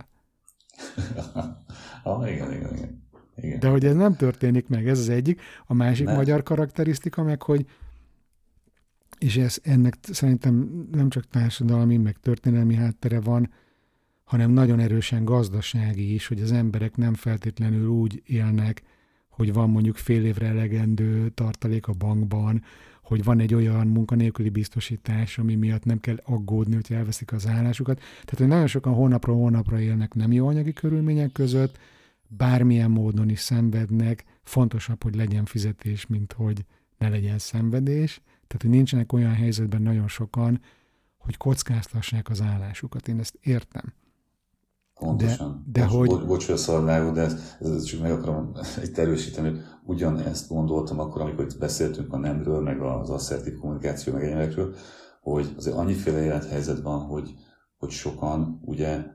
Igen. De hogy ez nem történik meg, ez az egyik. A másik magyar karakterisztika meg, hogy és ennek szerintem nem csak társadalmi, meg történelmi háttere van, hanem nagyon erősen gazdasági is, hogy az emberek nem feltétlenül úgy élnek, hogy van mondjuk fél évre elegendő tartalék a bankban, hogy van egy olyan munkanélküli biztosítás, ami miatt nem kell aggódni, hogy elveszik az állásukat. Tehát, hogy nagyon sokan hónapról hónapra élnek nem jó anyagi körülmények között, bármilyen módon is szenvednek, fontosabb, hogy legyen fizetés, mint hogy ne legyen szenvedés. Tehát, hogy nincsenek olyan helyzetben nagyon sokan, hogy kockáztassák az állásukat. Én ezt értem. Pontosan. Bocs, hogy a szarvágod, de ezt csak meg akarom itt erősíteni, hogy ugyanezt gondoltam akkor, amikor itt beszéltünk a nemről, meg az asszertív kommunikáció, meg egyébekről, hogy azért annyiféle élethelyzet van, hogy sokan ugye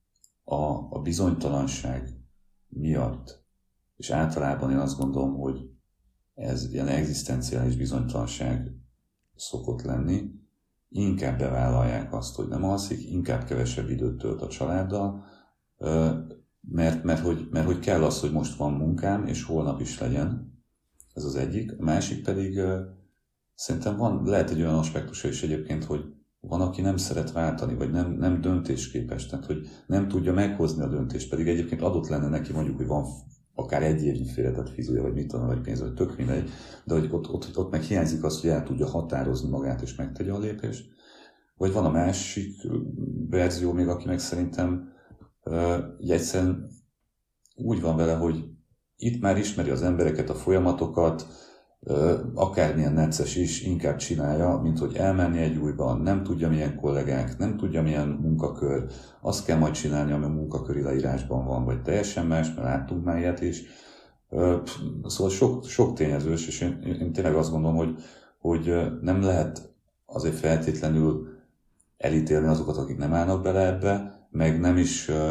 a bizonytalanság miatt, és általában én azt gondolom, hogy ez ilyen egzisztenciális bizonytalanság szokott lenni, inkább bevállalják azt, hogy nem alszik, inkább kevesebb időt tölt a családdal, mert hogy kell az, hogy most van munkám, és holnap is legyen. Ez az egyik. A másik pedig szerintem lehet egy olyan aspektusa is egyébként, hogy van, aki nem szeret váltani, vagy nem döntésképes, tehát hogy nem tudja meghozni a döntést, pedig egyébként adott lenne neki mondjuk, hogy van akár egy évnyi félretett fizúja, vagy mit tudom, vagy pénz, vagy tök mindegy, de hogy ott meg hiányzik az, hogy el tudja határozni magát, és megtegye a lépést. Vagy van a másik verzió még, aki meg szerintem egyszerűen úgy van vele, hogy itt már ismeri az embereket, a folyamatokat, akármilyen necces is, inkább csinálja, mint hogy elmenni egy újba, nem tudja milyen kollégák, nem tudja milyen munkakör, azt kell majd csinálni, ami a munkaköri leírásban van, vagy teljesen más, mert láttunk már ilyet is. Szóval sok tényezős, és én tényleg azt gondolom, hogy nem lehet azért feltétlenül elítélni azokat, akik nem állnak bele ebbe, meg nem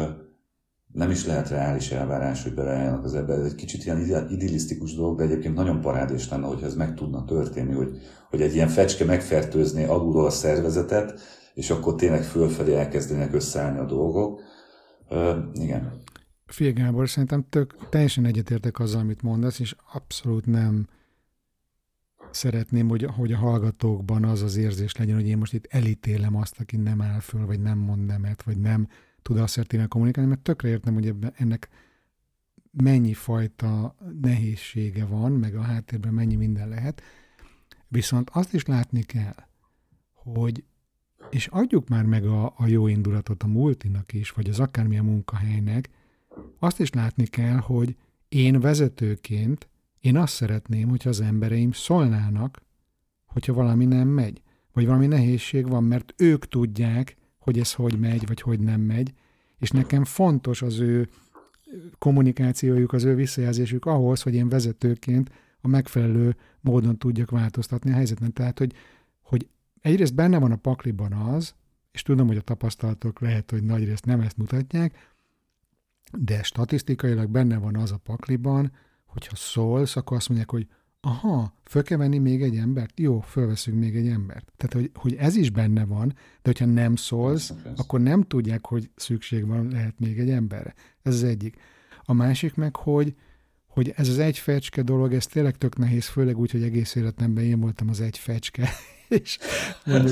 is lehet reális elvárás, hogy beleálljanak az ebbe. Ez egy kicsit ilyen idillisztikus dolog, de egyébként nagyon parádés lenne, hogyha ez meg tudna történni, hogy egy ilyen fecske megfertőzné alulról a szervezetet, és akkor tényleg fölfelé elkezdenek összeállni a dolgok. Igen. Figyelj Gábor, szerintem teljesen egyetértek azzal, amit mondasz, és abszolút nem szeretném, hogy a hallgatókban az az érzés legyen, hogy én most itt elítélem azt, aki nem áll föl, vagy nem mond nemet, vagy nem tud asszertíven kommunikálni, mert tökre értem, hogy ennek mennyi fajta nehézsége van, meg a háttérben mennyi minden lehet. Viszont azt is látni kell, hogy, és adjuk már meg a jó indulatot a multinak is, vagy az akármilyen munkahelynek, azt is látni kell, hogy én vezetőként én azt szeretném, hogyha az embereim szólnának, hogyha valami nem megy, vagy valami nehézség van, mert ők tudják, hogy ez hogy megy, vagy hogy nem megy, és nekem fontos az ő kommunikációjuk, az ő visszajelzésük ahhoz, hogy én vezetőként a megfelelő módon tudjak változtatni a helyzeten. Tehát, hogy egyrészt benne van a pakliban az, és tudom, hogy a tapasztalatok lehet, hogy nagyrészt nem ezt mutatják, de statisztikailag benne van az a pakliban, hogyha szólsz, akkor azt mondják, hogy aha, föl kell venni még egy embert? Jó, fölveszünk még egy embert. Tehát, hogy ez is benne van, de hogyha nem szólsz, akkor nem tudják, hogy szükség van, lehet még egy emberre. Ez az egyik. A másik meg, hogy ez az egy fecske dolog, ez tényleg tök nehéz, főleg úgy, hogy egész életemben én voltam az egy fecske, és mondjuk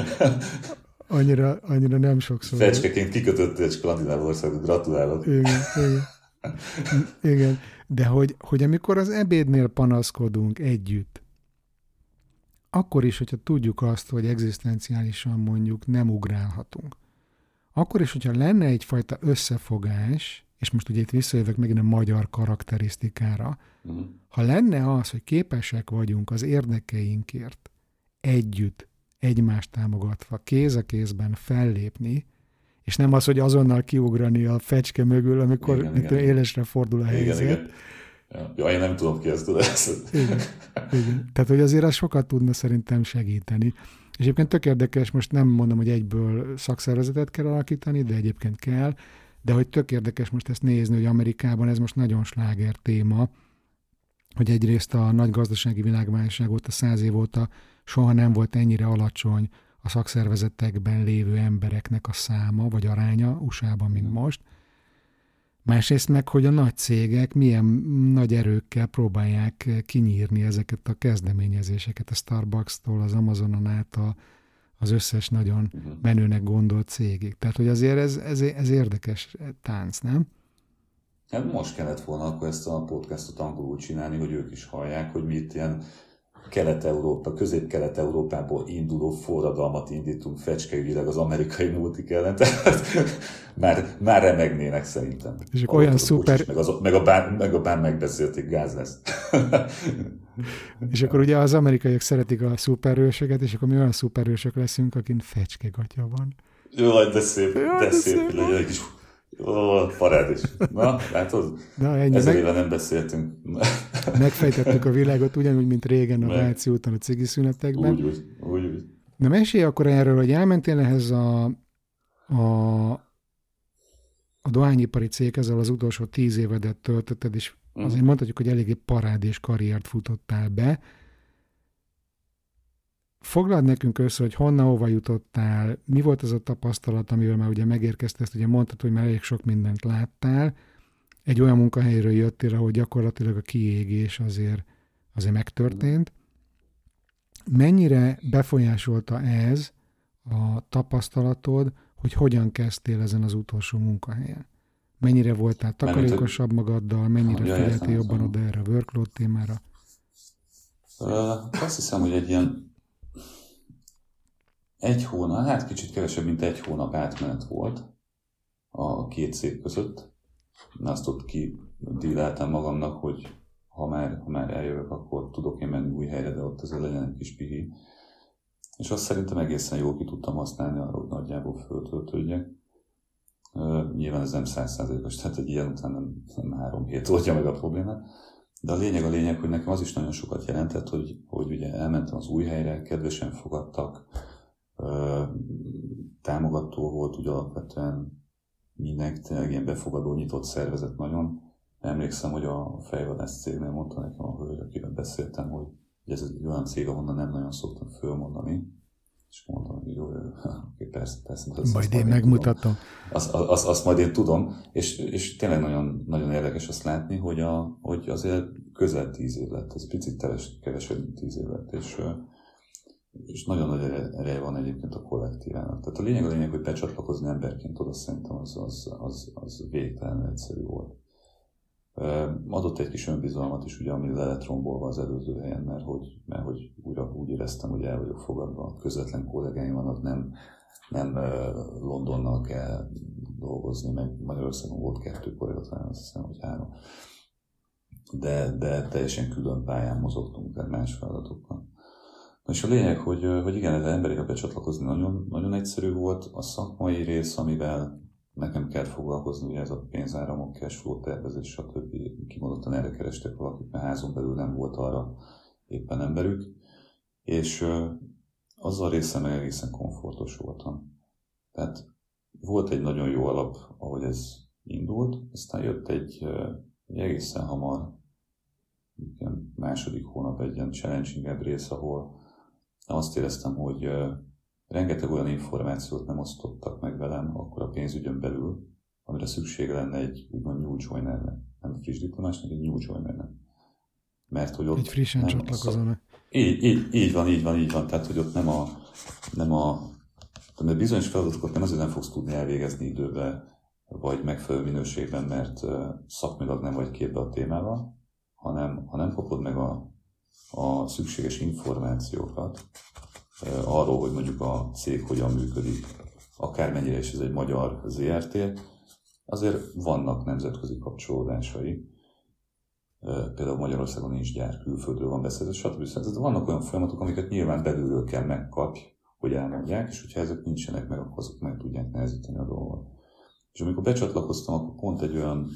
annyira nem sokszor. Fecskeként kikötött egy skandináv országot, gratulálok. Igen. De hogy amikor az ebédnél panaszkodunk együtt, akkor is, hogyha tudjuk azt, hogy egzisztenciálisan mondjuk nem ugrálhatunk, akkor is, hogyha lenne egyfajta összefogás, és most ugye itt visszajövök megint a magyar karakterisztikára, ha lenne az, hogy képesek vagyunk az érdekeinkért együtt, egymást támogatva, kéz a kézben fellépni, és nem az, hogy azonnal kiugrani a fecske mögül, amikor igen. Élesre fordul a helyzet. Igen. Ja, én nem tudom ki ezt tudod. Igen. Tehát, hogy azért az sokat tudna szerintem segíteni. És egyébként tök érdekes, most nem mondom, hogy egyből szakszervezetet kell alakítani, de egyébként kell, de hogy tök érdekes most ezt nézni, hogy Amerikában ez most nagyon sláger téma, hogy egyrészt a nagy gazdasági világválság óta, 100 év óta soha nem volt ennyire alacsony a szakszervezetekben lévő embereknek a száma, vagy aránya USA-ban, mint most. Másrészt meg, hogy a nagy cégek milyen nagy erőkkel próbálják kinyírni ezeket a kezdeményezéseket, a Starbucks-tól, az Amazonon át az összes nagyon menőnek gondolt cégig. Tehát, hogy azért ez érdekes tánc, nem? Hát most kellett volna akkor ezt a podcastot angolul csinálni, hogy ők is hallják, hogy mi itt ilyen Kelet-Európa, Közép-Kelet-Európából induló forradalmat indítunk fecskeügyileg az amerikai multik ellen, tehát már remegnének szerintem. És akkor olyan szuper... Meg a bán megbeszélték, gáz lesz. És akkor ugye az amerikaiak szeretik a szuperhősöket, és akkor mi olyan szuperhősök leszünk, akin fecskegatja van. Jaj, de szép, de szép. Legyen egy kis... parádés. Na, látod? Na, ennyi. 1000 éve nem beszéltünk. Megfejtettük a világot ugyanúgy, mint régen a Váci úton a cigi szünetekben. Úgy. Na, mesélj akkor erről, hogy elmentél ehhez a dohányipari céghez, az utolsó 10 évedet töltötted, és azért mondhatjuk, hogy eléggé parádés karriert futottál be. Foglald nekünk össze, hogy honnan, hova jutottál, mi volt az a tapasztalat, amivel már ugye megérkeztél, ezt ugye mondtad, hogy már elég sok mindent láttál. Egy olyan munkahelyről jöttél, ahol gyakorlatilag a kiégés azért megtörtént. Mennyire befolyásolta ez a tapasztalatod, hogy hogyan kezdtél ezen az utolsó munkahelyen? Mennyire voltál takarékosabb magaddal, mennyire figyeltél jobban oda erre a workload témára? Azt hiszem, hogy egy ilyen egy hónap, hát kicsit kevesebb, mint egy hónap átmenet volt a két cég között. Azt ott kidíláltam magamnak, hogy ha már eljövök, akkor tudok én menni új helyre, de ott azért legyen egy kis pihi. És azt szerintem egészen jól ki tudtam használni arra, hogy nagyjából föltöltődjek. Nyilván ez nem 100%-os, tehát egy ilyen után nem 3 hét oldja meg a problémát. De a lényeg, hogy nekem az is nagyon sokat jelentett, hogy ugye elmentem az új helyre, kedvesen fogadtak, támogató volt, ugye alapvetően mindenki tényleg ilyen befogadó, nyitott szervezet nagyon. Emlékszem, hogy a fejvadász cégnél mondta nekem a hölgy, akivel beszéltem, hogy ez egy olyan cég, ahonnan nem nagyon szoktam fölmondani. És mondtam, hogy jó, persze. Majd én megmutatom. Azt majd én tudom, és tényleg nagyon, nagyon érdekes azt látni, hogy azért közel 10 év lett, ez picit kevesebb, mint 10 év lett, és nagyon nagy ereje van egyébként a kollektívának. Tehát a lényeg, hogy becsatlakozni emberként oda szerintem az végtelenül egyszerű volt. Adott egy kis önbizalmat is, ugye, ami le lett rombolva az előző helyen, mert hogy újra úgy éreztem, hogy el vagyok fogadva, közvetlen kollégáim vannak, nem Londonnal kell dolgozni, meg Magyarországon volt 2 kolléga, talán azt hiszem, hogy 3. De teljesen külön pályán mozogtunk, tehát más feladatokkal. És a lényeg, hogy igen, ez emberére becsatlakozni nagyon, nagyon egyszerű volt. A szakmai rész, amivel nekem kell foglalkozni, ugye ez a pénzáramok, cashflow tervezés, stb. Kimondottan erre kerestek valakit, mert házon belül nem volt arra éppen emberük. És azzal része meg egészen komfortos voltam. Tehát volt egy nagyon jó alap, ahogy ez indult, aztán jött egy egészen hamar, ilyen második hónap egy ilyen challenging rész, ahol azt éreztem, hogy rengeteg olyan információt nem osztottak meg velem akkor a pénzügyön belül, amire szüksége lenne egy úgymond new joinernek, nem friss diplomásnak, egy new joinernek. Mert hogy ott egy frissen csatlakozónak. Így van. Tehát, hogy ott nem a mert bizonyos feladatokat nem azért nem fogsz tudni elvégezni időben, vagy megfelelő minőségben, mert szakmilag nem vagy képbe a témával, ha nem kapod meg a szükséges információkat arról, hogy mondjuk a cég hogyan működik, akármennyire is ez egy magyar ZRT, azért vannak nemzetközi kapcsolódásai. Például Magyarországon nincs gyár, külföldről van beszerzés, stb. De vannak olyan folyamatok, amiket nyilván belülről kell megkapj, hogy elmondják, és hogyha ezek nincsenek meg, akkor azok meg tudják nehezíteni a dolgot. És amikor becsatlakoztam, akkor pont egy olyan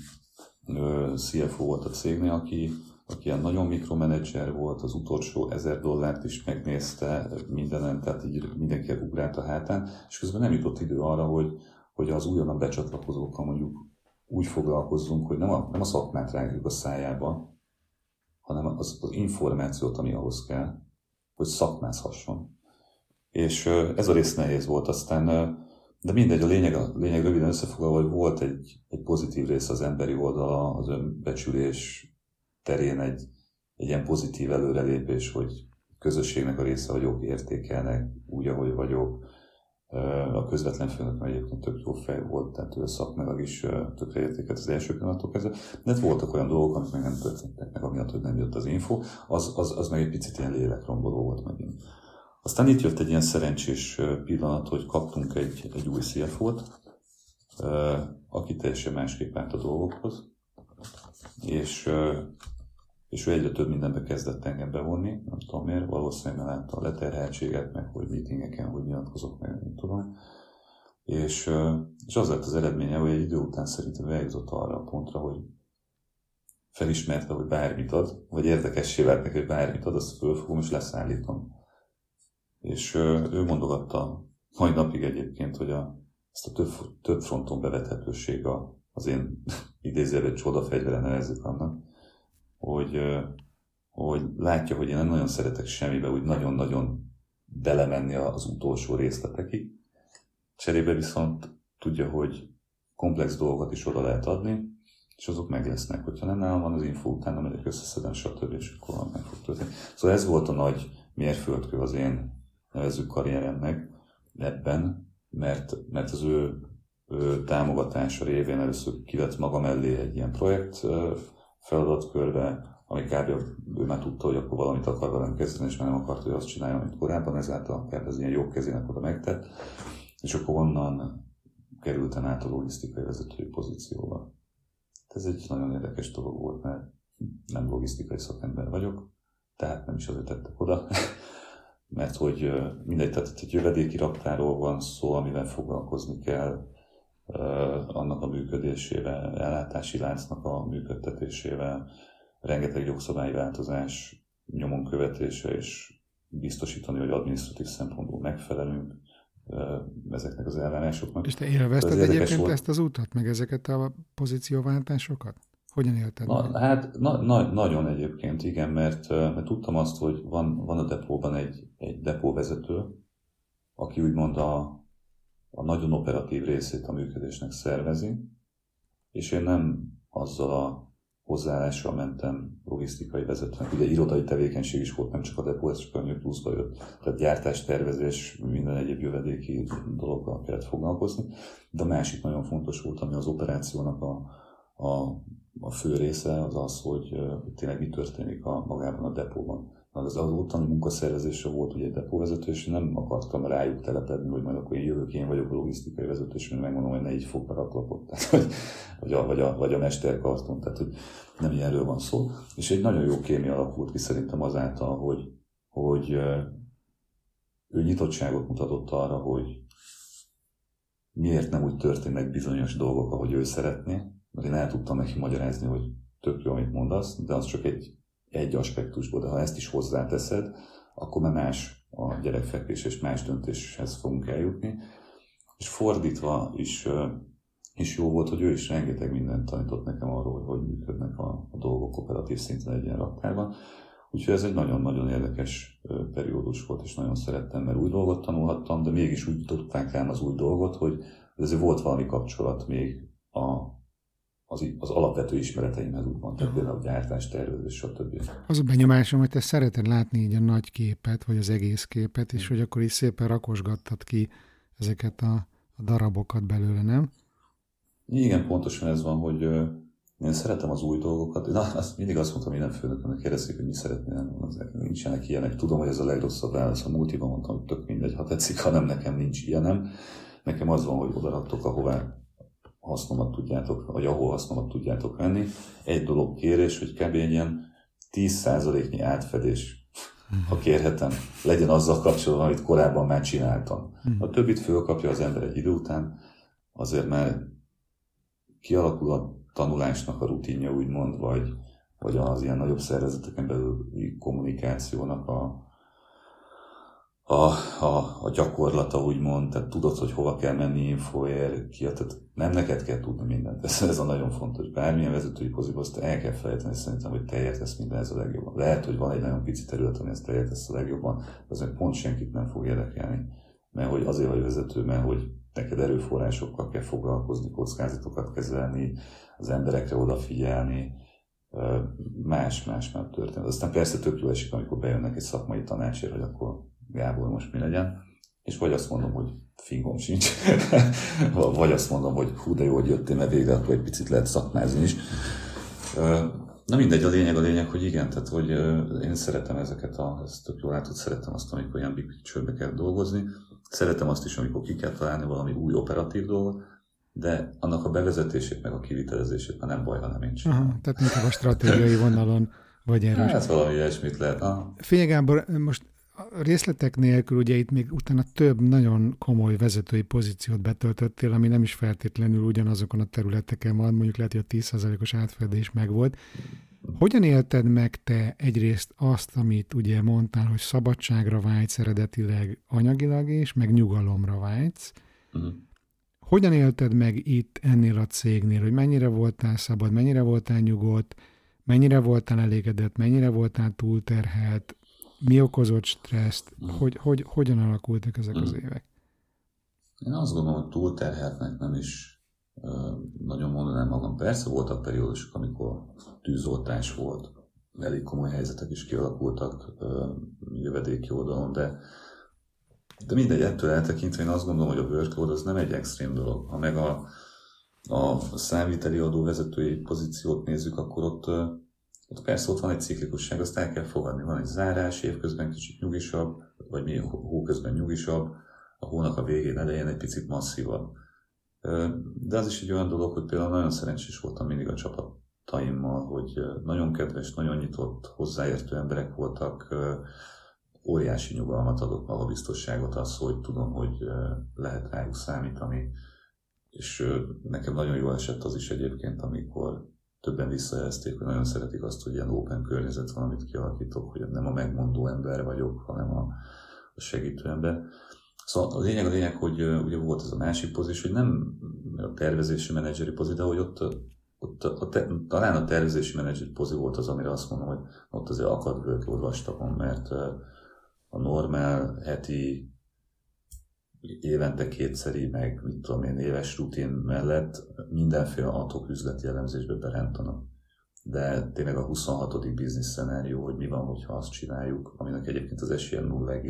CFO volt a cégnél, aki ilyen nagyon mikromanager volt, az utolsó $1000 is megnézte mindenen, tehát így mindenki ugrált a hátán, és közben nem jutott idő arra, hogy az újonnan becsatlakozókkal mondjuk úgy foglalkozzunk, hogy nem a szakmát rágjuk a szájába, hanem az információt, ami ahhoz kell, hogy szakmázhasson. És ez a rész nehéz volt aztán, de mindegy, a lényeg röviden összefoglalva, hogy volt egy pozitív rész az emberi oldala, az önbecsülés terén egy ilyen pozitív előrelépés, hogy közösségnek a része vagyok, értékelnek úgy, ahogy vagyok. A közvetlen főnökön egyébként tök jó fej volt, tehát ő szakmailag is tökre értékelt az első pillanattól kezdve. De voltak olyan dolgok, amik meg nem történtek meg, amiatt, hogy nem jött az info, az meg egy picit ilyen lélekromboló volt megint. Aztán itt jött egy ilyen szerencsés pillanat, hogy kaptunk egy új CFO-t, aki teljesen másképp állt a dolgokhoz, és ő egyre több mindenbe kezdett engem bevonni, nem tudom miért, valószínűleg látta a leterheltséget, meg hogy meetingeken, hogy nyilatkozok, meg nem tudom. És az lett az eredménye, hogy egy idő után szerintem eljutott arra a pontra, hogy felismerte, hogy bármit ad, vagy érdekessé vált neki, hogy bármit ad, azt fölfogom és leszállítom. És ő mondogatta mai napig egyébként, hogy ezt a több fronton bevethetőség az én idézőjelben csodafegyvere nevezzük annak, hogy látja, hogy én nem nagyon szeretek semmibe úgy nagyon-nagyon belemenni az utolsó részletekig. Cserébe viszont tudja, hogy komplex dolgokat is oda lehet adni, és azok meg lesznek. Hogyha nem nálam van az info, utána megyek összeszedem, stb. És akkor meg fog történni. Szóval ez volt a nagy mérföldkő az én nevezzük karrieremnek ebben, mert az ő támogatása révén először kivett maga mellé egy ilyen projekt feladatkörbe, ami kb. Ő már tudta, hogy akkor valamit akar velem kezdeni, és már nem akart, hogy azt csinálja, amit korábban, ezáltal kb. Az ilyen jobb kezének oda megtett, és akkor onnan kerültem át a logisztikai vezetői pozícióba. Ez egy nagyon érdekes dolog volt, mert nem logisztikai szakember vagyok, tehát nem is azért tettek oda, mert hogy mindegy, tehát egy jövedéki raktáról van szó, amivel foglalkozni kell, annak a működésével, ellátási láncnak a működtetésével, rengeteg jogszabályi változás nyomon követése, és biztosítani, hogy adminisztratív szempontból megfelelünk ezeknek az elvárásoknak. És te élvezted egyébként ezt az utat, meg ezeket a pozícióváltásokat? Hogyan élted? Nagyon egyébként, igen, mert tudtam azt, hogy van a depóban egy depóvezető, aki úgymond a nagyon operatív részét a működésnek szervezi, és én nem azzal a hozzáállással mentem logisztikai vezetőnek. Ugye irodai tevékenység is volt, nem csak a depó, ez csak a pluszba jött. Tehát gyártástervezés, minden egyéb jövedéki dologgal kellett foglalkozni. De a másik nagyon fontos volt, ami az operációnak a fő része, az, hogy tényleg mi történik magában a depóban. Az ottani munkaszervezésre volt ugye egy depóvezető, és nem akartam rájuk telepedni, hogy majd akkor én jövök, én vagyok a logisztikai vezető, és én megmondom, hogy ne így fog beraklapot, tehát, vagy a mesterkarton, tehát hogy nem ilyenről van szó. És egy nagyon jó kémia alakult ki szerintem azáltal, hogy ő nyitottságot mutatott arra, hogy miért nem úgy történnek bizonyos dolgok, ahogy ő szeretné, mert én el tudtam neki magyarázni, hogy tök jó, amit mondasz, de az csak egy aspektusból, de ha ezt is hozzáteszed, akkor már más a gyerekfekvés és más döntéshez fogunk eljutni. És fordítva is jó volt, hogy ő is rengeteg mindent tanított nekem arról, hogy működnek a dolgok operatív szinten egy ilyen raktárban. Úgyhogy ez egy nagyon-nagyon érdekes periódus volt, és nagyon szerettem, mert új dolgot tanulhattam, de mégis úgy tudták rám az új dolgot, hogy azért volt valami kapcsolat még az alapvető ismereteimhez úgymond, tehát például a gyártás, tervezés, stb. Az a benyomásom, hogy te szereted látni így a nagy képet, vagy az egész képet, és hogy akkor is szépen rakosgattad ki ezeket a darabokat belőle, nem? Igen, pontosan ez van, hogy én szeretem az új dolgokat. Mindig azt mondtam minden főnökömnek, kérdezik, hogy mi szeretnél, nincsenek ilyenek. Tudom, hogy ez a legrosszabb válasz. A multiban mondtam, hogy tök mindegy, ha tetszik, hanem nekem nincs ilyenem. Nekem az van, hogy odaraktok, ahová hasznomat tudjátok, vagy ahol hasznomat tudjátok venni. Egy dolog kérés, hogy kb. Ilyen 10%-nyi átfedés, ha kérhetem, legyen azzal kapcsolatban, amit korábban már csináltam. A többit fölkapja az ember egy idő után, azért már kialakul a tanulásnak a rutinja, úgymond, vagy az ilyen nagyobb szervezeteken belüli kommunikációnak a gyakorlata, úgymond, tehát tudod, hogy hova kell menni infoért, tehát nem neked kell tudni mindent. Ez a nagyon fontos. Bármilyen vezetői poziba, azt el kell felejteni, szerintem, hogy te értesz mindenhez a legjobban. Lehet, hogy van egy nagyon pici terület, ami ezt te értesz a legjobban, de az meg pont senkit nem fog érdekelni. Mert hogy azért vagy vezető, mert hogy neked erőforrásokkal kell foglalkozni, kockázatokat kezelni, az emberekre odafigyelni, más már történet. Aztán persze tök jó esik, amikor bejönnek egy szakmai tanácsért, hogy akkor Gábor, most mi legyen, és vagy azt mondom, hogy fingom sincs, vagy azt mondom, hogy hú, de jó, hogy jöttél, mert végre akkor egy picit lehet szakmázni is. Na mindegy, a lényeg, hogy igen, tehát hogy én szeretem ezeket, ezt tök jól látod, szeretem azt, amikor ilyen big picture-be kell dolgozni, szeretem azt is, amikor ki kell találni valami új operatív dolgot, de annak a bevezetését, meg a kivitelezését már nem baj, hanem én csinálom. Tehát inkább a stratégiai vonalon vagy erős. Hát valami ilyesmit lehet. Figyelj Gábor, most a részletek nélkül ugye itt még utána több nagyon komoly vezetői pozíciót betöltöttél, ami nem is feltétlenül ugyanazokon a területeken van, mondjuk lehet, hogy a 10%-os átfedés megvolt. Hogyan élted meg te egyrészt azt, amit ugye mondtál, hogy szabadságra vágysz eredetileg anyagilag is, meg nyugalomra vágysz? Hogyan élted meg itt ennél a cégnél, hogy mennyire voltál szabad, mennyire voltál nyugodt, mennyire voltál elégedett, mennyire voltál túlterhelt, mi okozott stresszt, hogyan alakultak ezek az évek? Én azt gondolom, hogy túlterheltnek nem is nagyon mondanám magam. Persze voltak periódusok, amikor tűzoltás volt, elég komoly helyzetek is kialakultak jövedéki oldalon, de mindegy, ettől eltekintve én azt gondolom, hogy a workload az nem egy extrém dolog. Ha meg a számviteli adóvezetői pozíciót nézzük, akkor ott persze ott van egy ciklikusság, azt el kell fogadni. Van egy zárás, évközben kicsit nyugisabb, vagy hóközben nyugisabb, a hónak a végén, elején egy picit masszívabb. De az is egy olyan dolog, hogy például nagyon szerencsés voltam mindig a csapataimmal, hogy nagyon kedves, nagyon nyitott, hozzáértő emberek voltak, óriási nyugalmat adott, magabiztosságot az, hogy tudom, hogy lehet rájuk számítani. És nekem nagyon jól esett az is egyébként, amikor többen visszajelezték, hogy nagyon szeretik azt, hogy ilyen open környezet van, amit kialakítok, hogy nem a megmondó ember vagyok, hanem a segítő ember. Szóval a lényeg, hogy ugye volt ez a másik pozíció, hogy nem a tervezési menedzseri pozíció, de hogy talán a tervezési menedzseri pozíció volt az, amire azt mondom, hogy ott azért akad workload vastagon, mert a normál heti, évente kétszeri, meg mit tudom én, éves rutin mellett mindenféle adhok üzleti elemzésbe berántanak. De tényleg a 26. biznisz szenárió, hogy mi van, hogyha azt csináljuk, aminek egyébként az esélye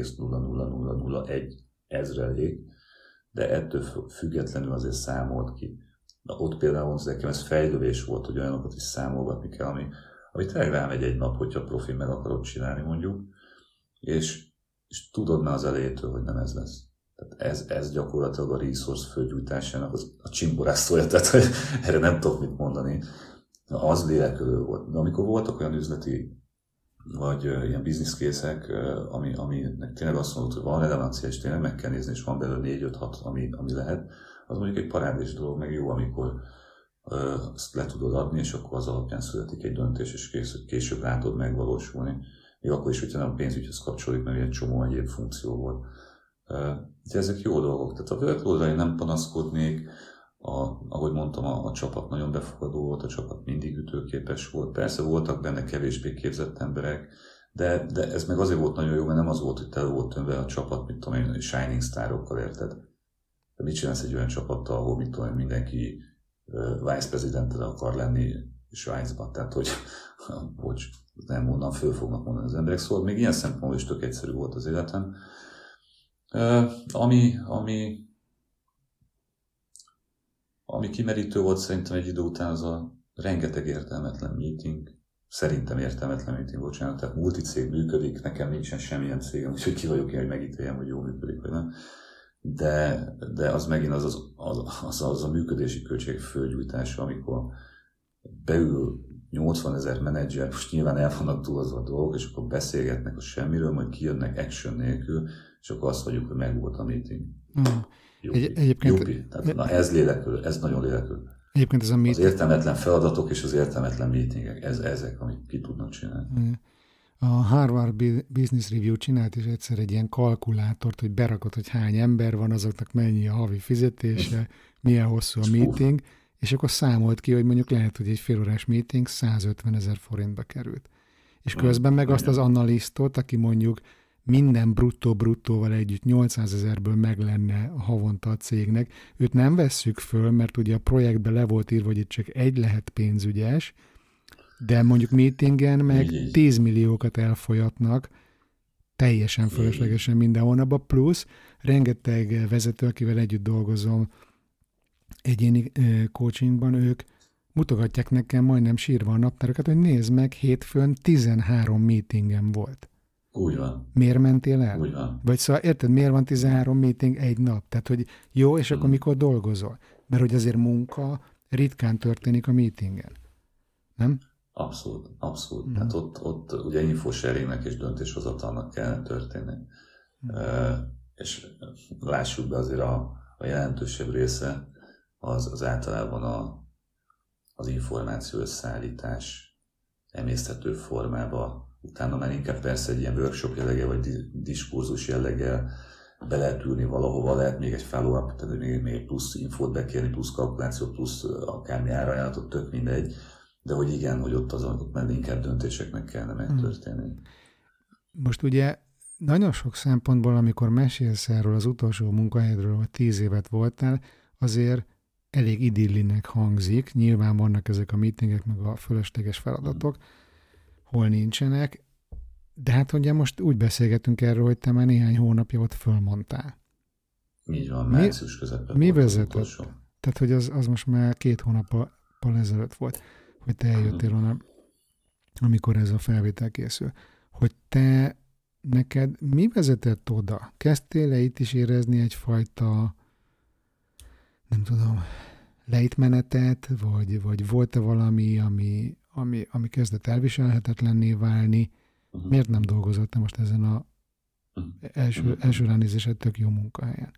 0,00001 ezrelék, de ettől függetlenül azért számolt ki. Na, ott például nekem ez fejlődés volt, hogy olyanokat is számolgatni kell, ami tényleg rámegy egy nap, hogyha profi meg akarod csinálni mondjuk, és tudod már az elejétől, hogy nem ez lesz. Tehát ez gyakorlatilag a resource fölgyújtásának a csimborásztója, tehát hogy erre nem tudok mit mondani. Az lélekölő volt. De amikor voltak olyan üzleti vagy ilyen bizniszkészek, aminek tényleg azt mondod, hogy van relevancia, és tényleg meg kell nézni, és van belőle 4-5-6, ami lehet, az mondjuk egy parádés dolog, meg jó, amikor azt le tudod adni, és akkor az alapján születik egy döntés, és később látod megvalósulni. Még akkor is, hogyha nem a pénzügyhöz kapcsolódik, mert egy csomó egyéb funkció volt. De ezek jó dolgok. Tehát a workloadra én nem panaszkodnék, ahogy mondtam, a csapat nagyon befogadó volt, a csapat mindig ütőképes volt. Persze voltak benne kevésbé képzett emberek, de ez meg azért volt nagyon jó, mert nem az volt, hogy tele volt önve a csapat, mit tudom én, shining sztárokkal, érted? De mit csinálsz egy olyan csapattal, ahol mit tudom én, mindenki vice presidentre akar lenni Svájcban. Tehát, hogy bocs, nem onnan föl fognak mondani az emberek. Szóval még ilyen szempontból is tök egyszerű volt az életem. Ami kimerítő volt szerintem egy idő után, az a rengeteg értelmetlen meeting, szerintem értelmetlen meeting, bocsánat, tehát multicég működik, nekem nincsen semmilyen cégem, úgyhogy ki vagyok én, hogy megítéljem, hogy jól működik, vagy nem. De az megint az a működési költség fölgyújtása, amikor beül 80 000 menedzser, most nyilván el vannak túlozva a dolgok, és akkor beszélgetnek a semmiről, majd kijönnek action nélkül, és akkor azt mondjuk, hogy megvolt a meeting. Egyébként, tehát, na ez lélekül, ez nagyon lélekül. Egyébként ez a meeting... Az értelmetlen feladatok és az értelmetlen meetingek, ezek, amit ki tudnak csinálni. A Harvard Business Review csinált is egyszer egy ilyen kalkulátort, hogy berakott, hogy hány ember van, azoknak mennyi a havi fizetése, milyen hosszú a meeting, és akkor számolt ki, hogy mondjuk lehet, hogy egy félórás meeting 150 000 forintba került. És közben meg azt az analisztot, aki mondjuk minden bruttóval együtt 800 000-ből meg lenne a havonta a cégnek, őt nem vesszük föl, mert ugye a projektben le volt írva, hogy itt csak egy lehet pénzügyes, de mondjuk meetingen meg 10 milliókat elfolyatnak, teljesen fölöslegesen minden hónapban, plusz rengeteg vezető, akivel együtt dolgozom egyéni coachingban, ők mutogatják nekem majdnem sírva a naptárakat, hogy nézd meg, hétfőn 13 meetingem volt. Úgy van. Miért mentél el? Úgy van. Vagy szóval érted, miért van 13 meeting egy nap? Tehát, hogy jó, és akkor mikor dolgozol? Mert hogy azért munka ritkán történik a meetingen. Nem? Abszolút. Tehát ott ugye infosharingnek és döntéshozatalnak kell történni. És lássuk be azért a jelentősebb része az általában az információ összeállítás emészthető formába. Utána már inkább persze egy ilyen workshop jellege, vagy diskurzus jelleggel be lehet ülni valahova, lehet még egy follow-up, tehát még plusz infót bekérni, plusz kalkulációt, plusz akármi árajánlatot, tök mindegy. De hogy igen, hogy ott már inkább döntéseknek kellene megtörténni. Most ugye nagyon sok szempontból, amikor mesélsz erről az utolsó munkahelyedről, hogy 10 évet voltál, azért elég idillinek hangzik. Nyilván vannak ezek a meetingek, meg a fölösleges feladatok, hol nincsenek, de hát ugye most úgy beszélgetünk erről, hogy te már néhány hónapja ott fölmondtál. Így van, március közepén. Mi vezetett? Tehát, hogy az most már 2 hónappal ezelőtt volt, hogy te eljöttél onnan, amikor ez a felvétel készül. Hogy neked mi vezetett oda? Kezdtél-e itt is érezni egyfajta, nem tudom, lejtmenetet, vagy volt-e valami, ami kezdett elviselhetetlenné válni? Miért nem dolgozott te most ezen a első ránézésed tök jó munkahelyen?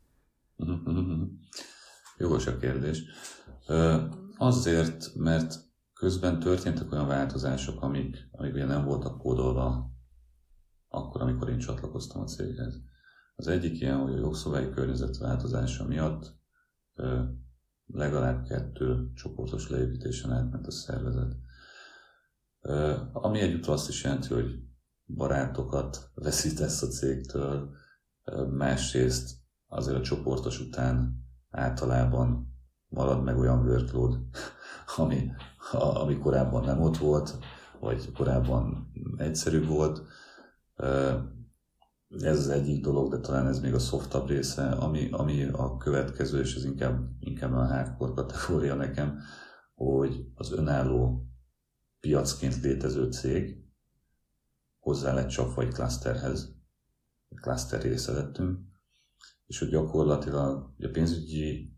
Jogos a kérdés. Azért, mert közben történtek olyan változások, amik ugye nem voltak kódolva akkor, amikor én csatlakoztam a céghez. Az egyik ilyen, hogy a jogszabályi környezet változása miatt legalább 2 csoportos leépítésen átment a szervezet. Ami egyúttal azt is jelenti, hogy barátokat veszítesz a cégtől, másrészt azért a csoportos után általában marad meg olyan workload, ami korábban nem ott volt, vagy korábban egyszerűbb volt. Ez az egyik dolog, de talán ez még a softabb része, ami a következő, és ez inkább a hardcore kategória nekem, hogy az önálló piacként létező cég hozzá lett csapva egy clusterhez, egy cluster része lettünk, és hogy gyakorlatilag a pénzügyi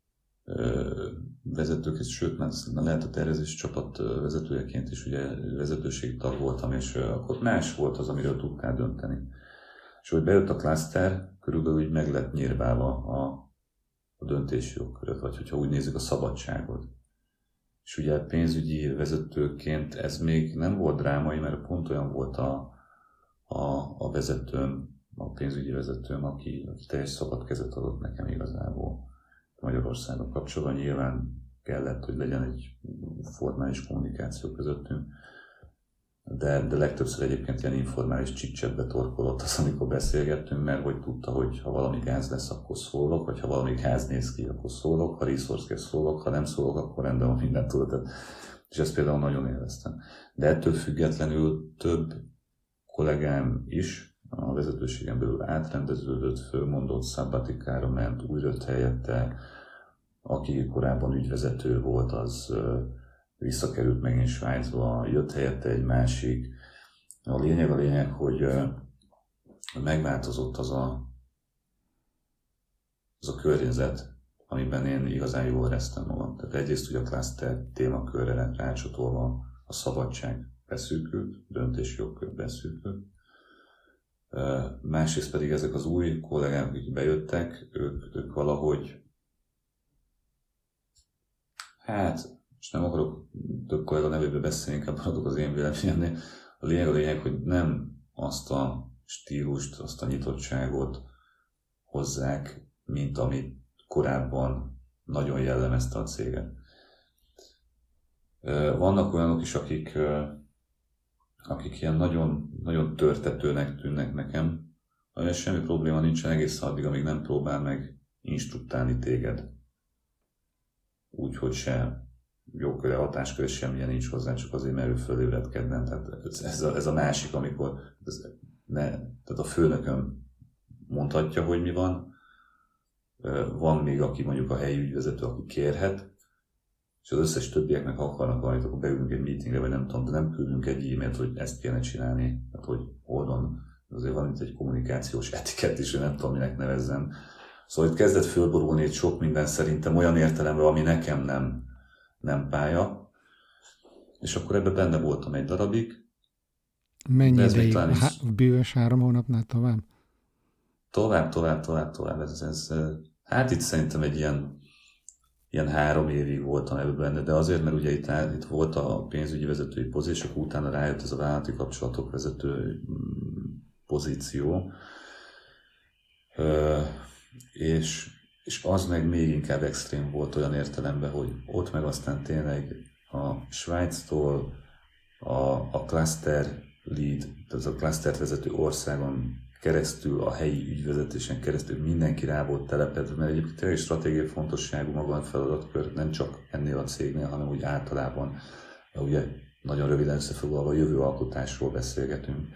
vezetők, sőt, már lehet a tervezés csapat vezetőjeként is ugye vezetőségi tag voltam, és akkor más volt az, amiről tudtál dönteni. És hogy bejött a cluster, körülbelül úgy meg lett nyírbálva a döntési jogköröt, vagy hogyha úgy nézzük a szabadságot. És ugye pénzügyi vezetőként ez még nem volt drámai, mert pont olyan volt a vezetőm, a pénzügyi vezetőm, aki teljes szabad kezet adott nekem igazából Magyarországon kapcsolatban. Nyilván kellett, hogy legyen egy formális kommunikáció közöttünk. de legtöbbször egyébként ilyen informális chit-chatbe torkolott az, amikor beszélgettünk, mert hogy tudta, hogy ha valami gáz lesz, akkor szólok, vagy ha valami gáz néz ki, akkor szólok, ha resource szólok, ha nem szólok, akkor rendben van, mindent tudod. És ezt például nagyon élveztem. De ettől függetlenül több kollégám is a vezetőségen belül átrendeződött, fölmondott, szabbatikára ment, újra jött helyette, aki korábban ügyvezető volt, az visszakerült megint Svájcba, jött helyette egy másik. A lényeg, hogy megváltozott az a környezet, amiben én igazán jól éreztem magam. Tehát egyrészt ugye a cluster témakörre rácsatolva a szabadság beszűkült, döntési jogkör beszűkült. Másrészt pedig ezek az új kollégák, akik bejöttek, ők valahogy, és nem akarok több kollega nevében beszélni, inkább maradok az én véleményemnél. A lényeg, hogy nem azt a stílust, azt a nyitottságot hozzák, mint amit korábban nagyon jellemezte a céget. Vannak olyanok is, akik ilyen nagyon, nagyon törtetőnek tűnnek nekem, amivel semmi probléma nincsen egészen addig, amíg nem próbál meg instruktálni téged. Úgyhogy se jogköre, hatásköre semmilyen nincs hozzá, csak azért, mert ő fölébredt kedden. Tehát ez a másik, amikor tehát a főnököm mondhatja, hogy mi van. Van még, aki mondjuk a helyi ügyvezető, aki kérhet, és az összes többieknek, ha akarnak valamit, akkor beülünk egy meetingre, vagy nem tudom, de nem küldünk egy e-mailt, hogy ezt kéne csinálni. Tehát, hogy oldon, azért van itt egy kommunikációs etikett is, hogy nem tudom, minek nevezzem. Szóval itt kezdett fölborulni egy sok minden szerintem olyan értelemben, ami nekem nem pálya. És akkor ebben benne voltam egy darabig. Mennyi ideig? Bűvös 3 hónapnál tovább? Tovább. Hát itt szerintem egy ilyen 3 évig voltam ebben benne, de azért, mert ugye itt volt a pénzügyi vezetői pozíció, és akkor utána rájött ez a vállalati kapcsolatok vezető pozíció. És az meg még inkább extrém volt olyan értelemben, hogy ott meg aztán tényleg a Svájctól a cluster lead, tehát a clustert vezető országon keresztül, a helyi ügyvezetésen keresztül mindenki rá volt telepedve, mert egyébként tényleg stratégiai fontosságú maga a feladatkör, nem csak ennél a cégnél, hanem úgy általában, ugye nagyon röviden összefoglalva a jövőalkotásról beszélgetünk,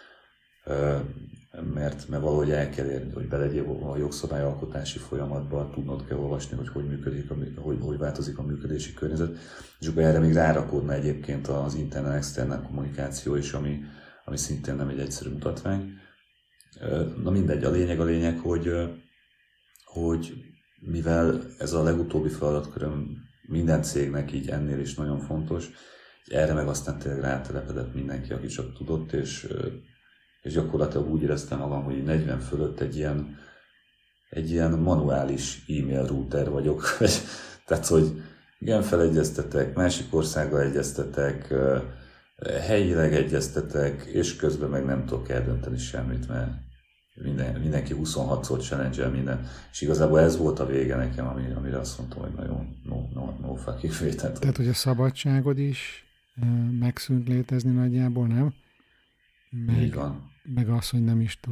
mert valahogy el kell érni, hogy belegyél a jogszabályalkotási folyamatban, tudnod kell olvasni, hogy működik, hogy változik a működési környezet, és akkor erre még rárakódna egyébként az internál-externál kommunikáció is, ami szintén nem egy egyszerű mutatvány. Na mindegy, a lényeg, hogy mivel ez a legutóbbi feladatköröm minden cégnek így ennél is nagyon fontos, erre meg aztán tényleg rátelepedett mindenki, aki csak tudott, és gyakorlatilag úgy éreztem magam, hogy 40 fölött egy ilyen manuális e-mail router vagyok. Tehát, hogy igen, felegyeztetek, másik országgal egyeztetek, helyileg egyeztetek, és közben meg nem tudok eldönteni semmit, mert mindenki 26-szor challenge-el minden. És igazából ez volt a vége nekem, amire azt mondtam, hogy nagyon no fucking way. Tehát, hogy a szabadságod is megszűnt létezni nagyjából, nem? Így van. Meg az, hogy nem is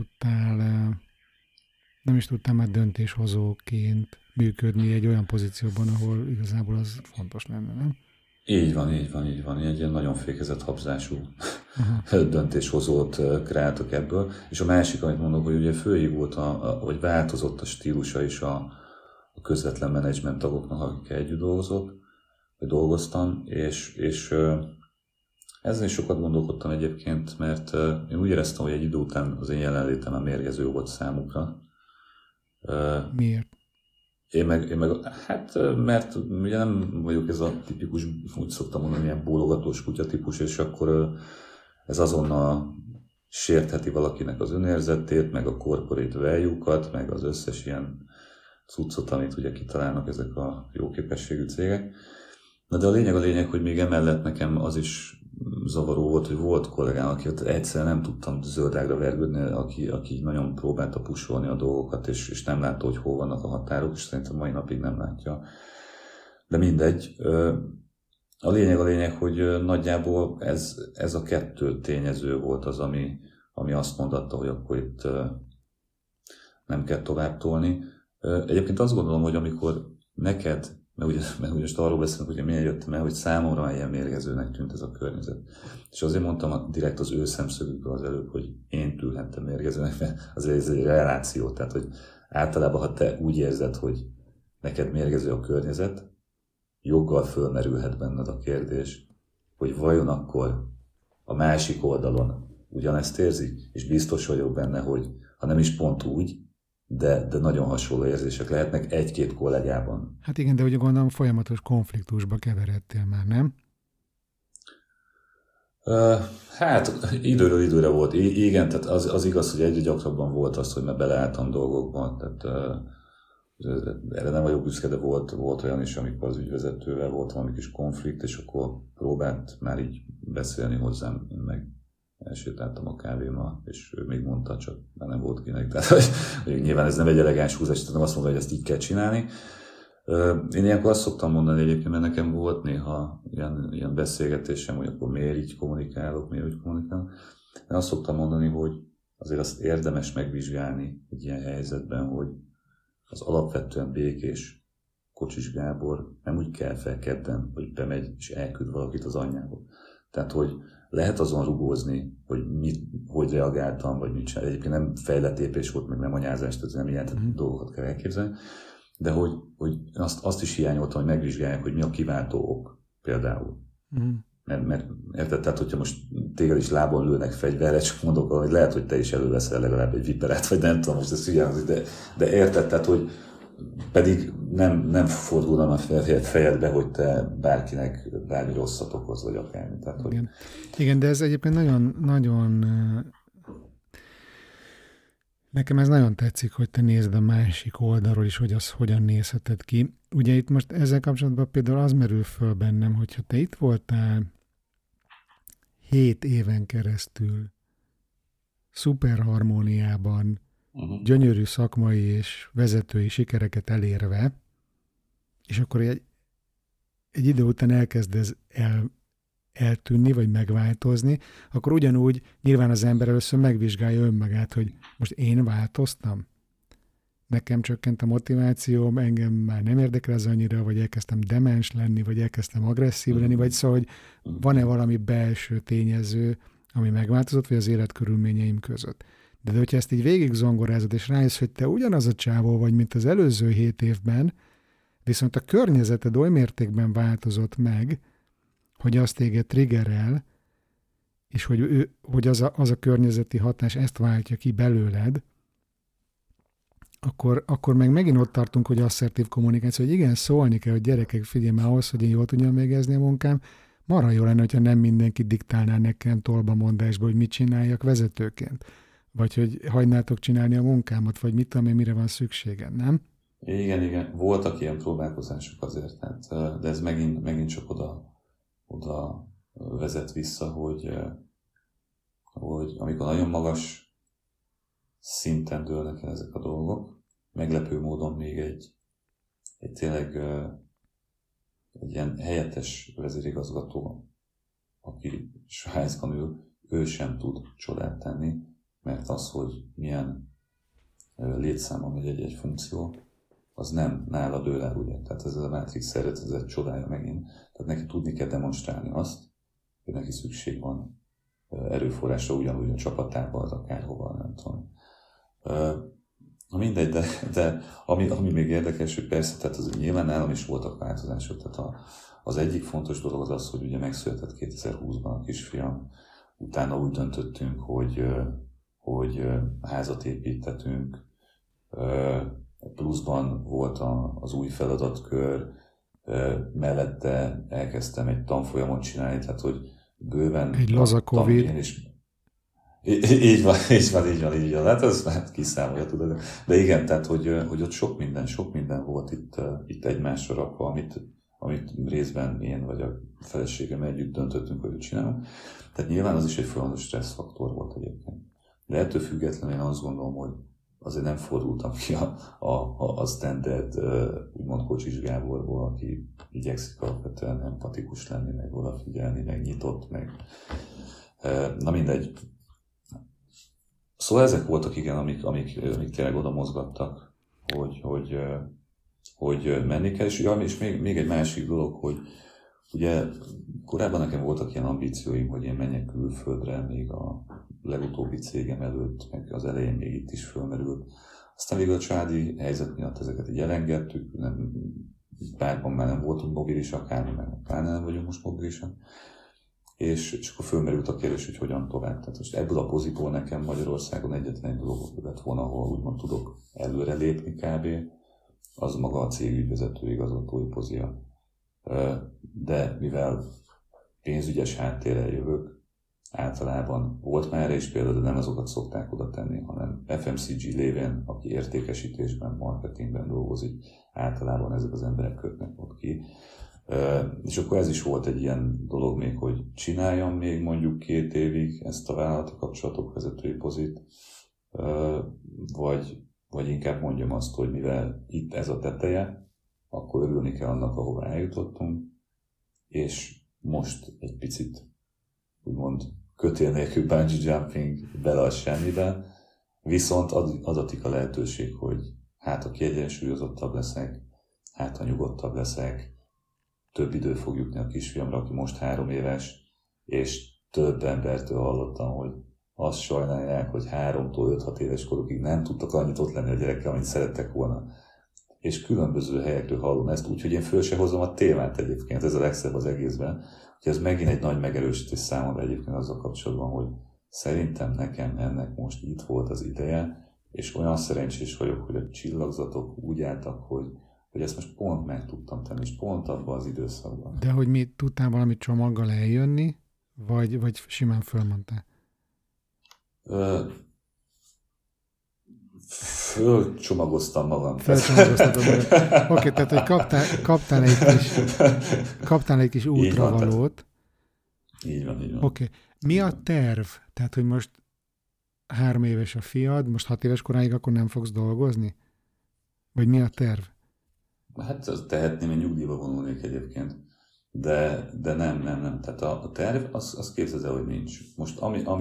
tudtál már döntéshozóként működni egy olyan pozícióban, ahol igazából az fontos lenne, nem? Így van. Egy ilyen nagyon fékezett habzású döntéshozót kreáltak ebből. És a másik, amit mondok, hogy ugye fölhívult, vagy változott a stílusa is a közvetlen menedzsment tagoknak, akikkel együtt dolgoztam, és ezzel is sokat gondolkodtam egyébként, mert én úgy éreztem, hogy egy idő után az én jelenlétem mérgező volt számukra. Miért? Én meg, mert ugye nem vagyok ez a tipikus, úgy szoktam mondani, ilyen bólogatós kutyatípus, és akkor ez azonnal sértheti valakinek az önérzetét, meg a corporate value-kat, meg az összes ilyen cuccot, amit ugye kitalálnak ezek a jó képességű cégek. Na de a lényeg, hogy még emellett nekem az is zavaró volt, hogy volt kollégám, aki egyszerűen nem tudtam zöldágra vergődni, aki nagyon próbálta pusolni a dolgokat, és nem látta, hogy hol vannak a határok, és szerintem mai napig nem látja. De mindegy. A lényeg, hogy nagyjából ez a kettő tényező volt az, ami azt mondatta, hogy akkor itt nem kell tovább tolni. Egyébként azt gondolom, hogy amikor neked, mert ugye arról beszélünk, hogy miért jöttem el, hogy számomra ilyen mérgezőnek tűnt ez a környezet. És azért mondtam direkt az ő szemszögükből az előbb, hogy én tűnhettem mérgezőnek, mert azért ez egy reláció. Tehát, hogy általában, ha te úgy érzed, hogy neked mérgező a környezet, joggal fölmerülhet benned a kérdés, hogy vajon akkor a másik oldalon ugyanezt érzik, és biztos vagyok benne, hogy ha nem is pont úgy, de nagyon hasonló érzések lehetnek egy-két kollégában. Hát igen, de ugye gondolom folyamatos konfliktusba keveredtél már, nem? Hát időről időre volt. Igen, tehát az igaz, hogy egyre gyakrabban volt az, hogy már beleálltam dolgokban, tehát erre nem vagyok büszke, de volt olyan is, amikor az ügyvezetővel volt valami kis konflikt, és akkor próbált már így beszélni hozzám, én meg elsétáltam a kávémmal, és ő még mondta, csak már nem volt kinek. Tehát hogy nyilván ez nem egy elegáns húzás, tehát nem azt mondta, hogy ezt így kell csinálni. Én ilyenkor azt szoktam mondani egyébként, mert nekem volt néha ilyen beszélgetésem, hogy akkor miért így kommunikálok, miért úgy kommunikálok. Én azt szoktam mondani, hogy azért azt érdemes megvizsgálni egy ilyen helyzetben, hogy az alapvetően békés Kocsis Gábor nem úgy kell fel kedden, hogy bemegy és elküld valakit az anyjából. Tehát, hogy lehet azon rugózni, hogy reagáltam, vagy mit csináltam. Egyébként nem fejlett épés volt, meg nem anyázás, tehát nem ilyen dolgokat kell elképzelni. De hogy azt is hiányoltam, hogy megvizsgálják, hogy mi a kiváltó ok például. Mert érted, tehát hogyha most téged is lábon lőnek fegyverre, csak mondok, hogy lehet, hogy te is előveszel legalább egy viperát, vagy nem tudom, most ez hülye, de érted, tehát hogy pedig nem fordulna a fejedbe, hogy te bárkinek bármi rosszat okoz, vagy akármi. Tehát, hogy... Igen, de ez egyébként nagyon nekem ez nagyon tetszik, hogy te nézed a másik oldalról is, hogy az hogyan nézheted ki. Ugye itt most ezzel kapcsolatban például az merül föl bennem, hogyha te itt voltál 7 éven keresztül szuper harmóniában, gyönyörű szakmai és vezetői sikereket elérve, és akkor egy idő után elkezdesz eltűnni, vagy megváltozni, akkor ugyanúgy nyilván az ember először megvizsgálja önmagát, hogy most én változtam? Nekem csökkent a motivációm, engem már nem érdekel ez annyira, vagy elkezdtem demens lenni, vagy elkezdtem agresszív lenni, vagy szóval, hogy van-e valami belső tényező, ami megváltozott, vagy az életkörülményeim között. De hogyha ezt így végig zongorázod, és rájössz, hogy te ugyanaz a csávó vagy, mint az előző 7 évben, viszont a környezeted oly mértékben változott meg, hogy azt téged triggerel, és hogy az a környezeti hatás ezt váltja ki belőled, akkor meg megint ott tartunk, hogy asszertív kommunikáció, hogy igen, szólni kell, hogy gyerekek, figyelj már ahhoz, hogy én jól tudjam végezni a munkám, marha jó lenne, hogyha nem mindenki diktálná nekem tolbamondásba, hogy mit csináljak vezetőként. Vagy hogy hagynátok csinálni a munkámat, vagy mit tudom én, mire van szükséged, nem? Igen, voltak ilyen próbálkozások azért, tehát, de ez megint csak oda vezet vissza, hogy amikor nagyon magas szinten dőlnek el ezek a dolgok, meglepő módon még egy tényleg egy ilyen helyettes vezérigazgató, aki Svájcban ül, ő sem tud csodát tenni, mert az, hogy milyen létszámon megy egy funkció, az nem nála dől el, ugye? Tehát ez a Matrix szervezet csodája megint. Tehát neki tudni kell demonstrálni azt, hogy neki szükség van erőforrásra, ugyanúgy a csapatában, az akárhova, nem tudom. Mindegy, de ami még érdekes, hogy persze, tehát az nyilván nálam is voltak változások. Tehát az egyik fontos dolog az, hogy ugye megszületett 2020-ban a kisfiam. Utána úgy döntöttünk, hogy házat építettünk, pluszban volt az új feladatkör, mellette elkezdtem egy tanfolyamot csinálni, tehát hogy bőven... Egy laza Covid. Így van. Hát ez már kiszámolja, tudod. De igen, tehát hogy ott sok minden volt itt egymásra rakva, amit részben én vagy a feleségem együtt döntöttünk, hogy csinálunk. Tehát nyilván az is egy folyamatos stresszfaktor volt egyébként. De ettől függetlenül én azt gondolom, azért nem fordultam ki a standard, úgymond Kocsis Gáborból, aki igyekszik alapvetően empatikus lenni, meg odafigyelni, meg nyitott, meg... Na mindegy. Szóval ezek voltak, igen, amik tényleg oda mozgattak, hogy menni kell. És még egy másik dolog, hogy ugye korábban nekem voltak ilyen ambícióim, hogy én menjek külföldre, még a legutóbbi cégem előtt, meg az elején még itt is fölmerült. Aztán végül a családi helyzet miatt ezeket így elengedtük, párban már nem voltunk mobilis akármi, meg pláne nem vagyunk most mobilisan. És akkor fölmerült a kérdés, hogy hogyan tovább. Tehát most ebből a poziból nekem Magyarországon egyetlen egy dolog lett volna, ahol úgymond tudok előrelépni kb. Az maga a cég ügyvezető igazgatói pozícia. De mivel pénzügyes háttérrel jövök, általában volt már is például, de nem azokat szokták oda tenni, hanem FMCG lévén, aki értékesítésben, marketingben dolgozik, általában ezek az emberek kötnek ott ki. És akkor ez is volt egy ilyen dolog még, hogy csináljam még mondjuk 2 évig ezt a vállalati kapcsolatok vezetői pozit, vagy inkább mondjam azt, hogy mivel itt ez a teteje, akkor örülni kell annak, ahova eljutottunk, és most egy picit úgymond kötél nélkül bungee jumping bele a semmibe, viszont adatik a lehetőség, hogy hát a kiegyensúlyozottabb leszek, hát a nyugodtabb leszek, több idő fog jutni a kisfiamra, aki most 3 éves, és több embertől hallottam, hogy azt sajnálják, hogy 3-tól 5-6 éves korukig nem tudtak annyit ott lenni a gyerekkel, amit szerettek volna. És különböző helyekről hallom ezt, úgyhogy én föl se hozom a témát egyébként, ez a legszebb az egészben. Úgyhogy ez megint egy nagy megerősítés számomra egyébként azzal kapcsolatban, hogy szerintem nekem ennek most itt volt az ideje, és olyan szerencsés vagyok, hogy a csillagzatok úgy álltak, hogy ezt most pont meg tudtam tenni, és pont abban az időszakban. De hogy mi tudtál valami csomaggal eljönni, vagy simán fölmondtál? Fölcsomagoztam magam. Fölcsomagoztatod magam. Oké, tehát hogy kaptál egy kis útravalót. Így van. Oké. Mi a terv? Tehát, hogy most 3 éves a fiad, most 6 éves koráig akkor nem fogsz dolgozni? Vagy mi a terv? Hát azt tehetném, én nyugdíjba vonulnék egyébként. De nem. Tehát a terv, az képzeld el, hogy nincs. Most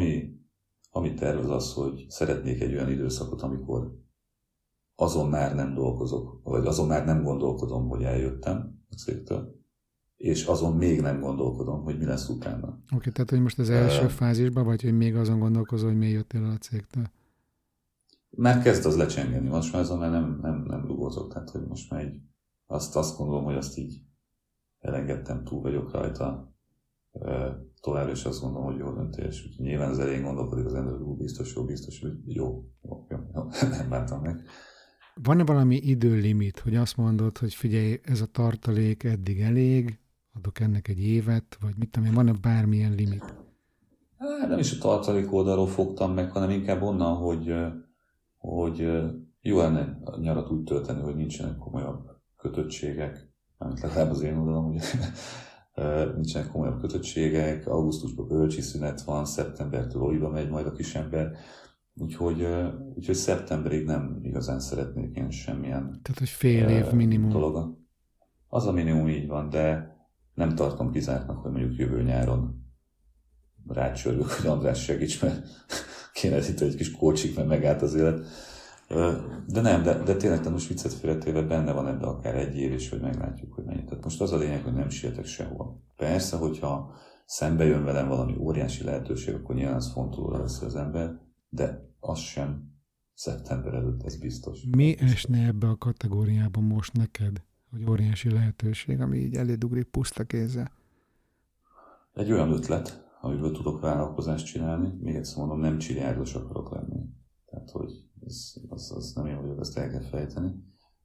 ami terv az az, hogy szeretnék egy olyan időszakot, amikor azon már nem dolgozok, vagy azon már nem gondolkodom, hogy eljöttem a cégtől, és azon még nem gondolkodom, hogy mi lesz utána. Oké, tehát hogy most az első fázisban, vagy hogy még azon gondolkozol, hogy miért jöttél el a cégtől? Már kezd az lecsengeni, most már azon már nem rugózok, tehát hogy most már azt gondolom, hogy azt így elengedtem, túl vagyok rajta. Továbbra is azt gondolom, hogy jó döntés. Úgyhogy nyilván az elején gondolkodik az ember, hogy biztos, hogy jó. Nem bántam meg. Van-e valami időlimit, hogy azt mondod, hogy figyelj, ez a tartalék eddig elég, adok ennek egy évet, vagy mit tudom én, van-e bármilyen limit? Nem is a tartalék oldalról fogtam meg, hanem inkább onnan, hogy jó lenne a nyarat úgy tölteni, hogy nincsenek komolyabb kötöttségek, amit legalább az én oldalom, ugye. Nincsenek komolyabb kötöttségek, augusztusban bölcsi szünet van, szeptembertől olyba megy majd a kisember, úgyhogy szeptemberig nem igazán szeretnék én semmilyen tehát, hogy fél év minimum. Dologa. Az a minimum így van, de nem tartom kizártnak, hogy mondjuk jövő nyáron rácsörgök, hogy András segíts, mert kéne itt egy kis kócsik, mert megállt az élet. De tényleg, most viccet félretéve benne van ebben akár 1 év is, hogy meglátjuk, hogy mennyit. Tehát most az a lényeg, hogy nem sietek sehol. Persze, hogyha szembe jön velem valami óriási lehetőség, akkor nyilván az fontolóra veszi az ember, de az sem szeptember előtt, ez biztos. Mi esne ebbe a kategóriába most neked, hogy óriási lehetőség, ami így eléd ugrik puszta kézzel? Egy olyan ötlet, amiből tudok vállalkozást csinálni, még egyszer mondom, nem csiliárdos akarok lenni. Tehát, hogy az nem jó, hogy ezt el kell fejteni.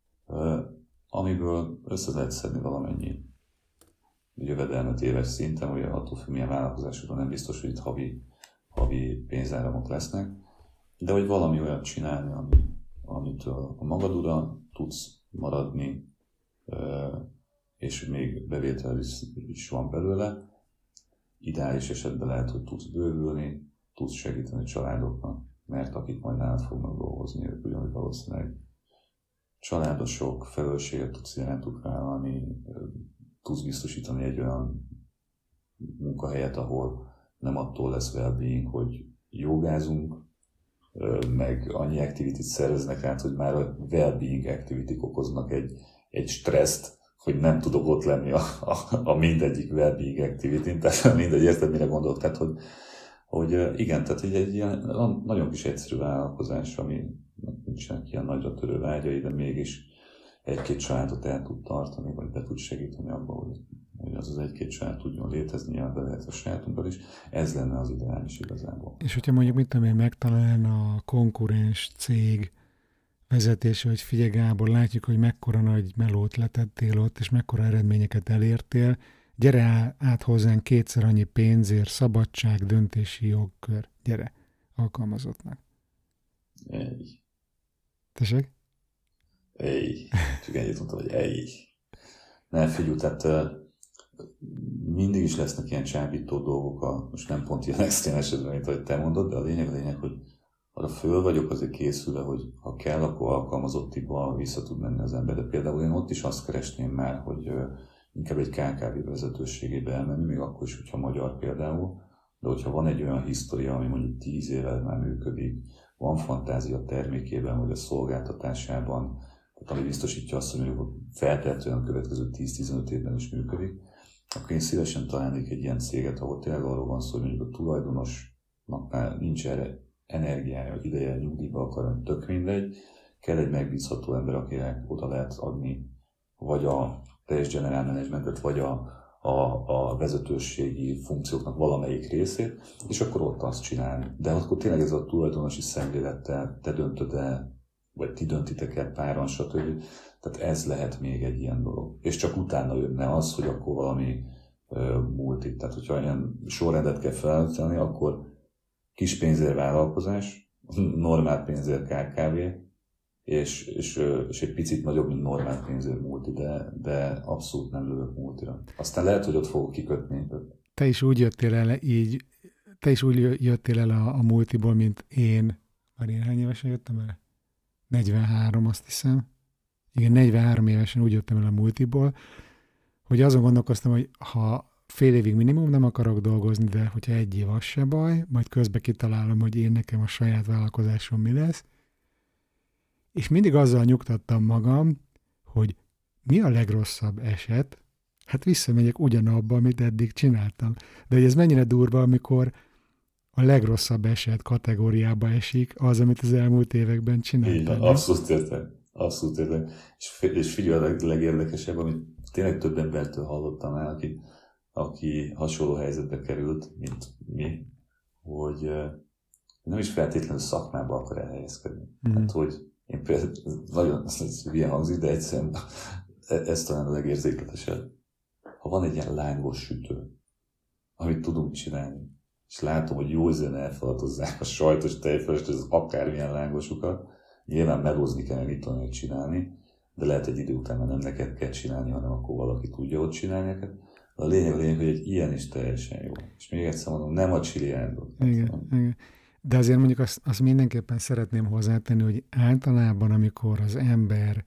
Amiből össze lehet szedni valamennyi jövedelmet éves szinten, hogy attól függ, milyen vállalkozásokban nem biztos, hogy itt havi pénzáramok lesznek, de hogy valami olyat csinálni, amit a magad ura tudsz maradni, és még bevétel is van belőle. Ideális esetben lehet, hogy tudsz bővülni, tudsz segíteni családoknak, mert akik majd nálad fognak dolgozni, ők ugyanúgy valószínűleg családosok, felelősséget tudsz jelentük vállalni, tudsz biztosítani egy olyan munkahelyet, ahol nem attól lesz well-being, hogy jogázunk, meg annyi activity-t szerveznek át, hogy már a well-being activity-k okoznak egy stresszt, hogy nem tudok ott lenni a mindegyik well-being activity-n, tehát mindegy, érted, mire gondolok, tehát hogy igen, tehát egy ilyen nagyon kis egyszerű vállalkozás, ami nincsenek ilyen nagyra törő vágyai, de mégis egy-két családot el tud tartani, vagy be tud segíteni abban, hogy az egy-két család tudjon létezni, nyilván be lehet a sajátunkat is, ez lenne az ideális igazából. És hogyha mondjuk, mit tudom én, megtalálna a konkurens cég vezetése, hogy figyelj Gábor, látjuk, hogy mekkora nagy melót letettél ott, és mekkora eredményeket elértél, gyere át hozzánk kétszer annyi pénzért, szabadság, döntési jogkör, gyere, alkalmazottnak. Ej. Tessék? Ej. Csak ennyit mondtam, hogy ej. Ne, figyelj, tehát mindig is lesznek ilyen csábító dolgok, most nem pont ilyen extrém esetben, mint ahogy te mondod, de a lényeg, hogy arra föl vagyok azért készülve, hogy ha kell, akkor alkalmazottiba vissza tud menni az ember. De például én ott is azt keresném már, hogy inkább egy KKV vezetőségébe elmenni, még akkor is, hogyha magyar például, de hogyha van egy olyan hisztória, ami mondjuk 10 éve már működik, van fantázia termékében, vagy a szolgáltatásában, tehát ami biztosítja azt, hogy mondjuk feltehetően a következő 10-15 évben is működik, akkor én szívesen találnék egy ilyen céget, ahol tényleg arról van szó, hogy mondjuk a tulajdonosnak már nincs erre energiája, ideje, nyugdíjba akar, tök mindegy, kell egy megbízható ember, akinek oda lehet adni vagy a teljes general managementet, vagy a vezetőségi funkcióknak valamelyik részét, és akkor ott azt csinálni. De akkor tényleg ez a tulajdonosi szemlélettel te döntöd el, vagy ti döntitek el páran, stb. Tehát ez lehet még egy ilyen dolog. És csak utána jönne az, hogy akkor valami multi. Tehát, hogyha ilyen sorrendet kell felállítani, akkor kis pénzért vállalkozás, normál pénzért KKV, és egy picit nagyobb, mint normál pénzért multi, de abszolút nem lövök multira. Aztán lehet, hogy ott fogok kikötni. Te is úgy jöttél el a multiból, mint én. Már én hány évesen jöttem el? 43, azt hiszem. Igen, 43 évesen úgy jöttem el a multiból, hogy azon gondolkoztam, hogy ha fél évig minimum nem akarok dolgozni, de hogyha egy év, az se baj, majd közben kitalálom, hogy én nekem a saját vállalkozásom mi lesz. És mindig azzal nyugtattam magam, hogy mi a legrosszabb eset, hát visszamegyek ugyanabba, amit eddig csináltam. De hogy ez mennyire durva, amikor a legrosszabb eset kategóriába esik az, amit az elmúlt években csináltam. Igen, abszolút értem. Abszolút értem. És figyelj, a legérdekesebb, amit tényleg több embertől hallottam el, aki hasonló helyzetbe került, mint mi, hogy nem is feltétlenül szakmába akar elhelyezkedni. Hát, hogy én például, nagyon ilyen hangzik, de egyszerűen ez talán a legérzékletesebb. Ha van egy ilyen lángos sütő, amit tudunk csinálni, és látom, hogy jó ízen elfelatozzák a sajtos tejfölöst, az akármilyen lángosukat, nyilván melózni kell, mit tudni csinálni, de lehet egy idő után nem neked kell csinálni, hanem akkor valaki tudja ott csinálni neked. De a lényeg, hogy egy ilyen is teljesen jó. És még egyszer mondom, nem a csiliándot. Igen. De azért mondjuk azt mindenképpen szeretném hozzátenni, hogy általában, amikor az ember,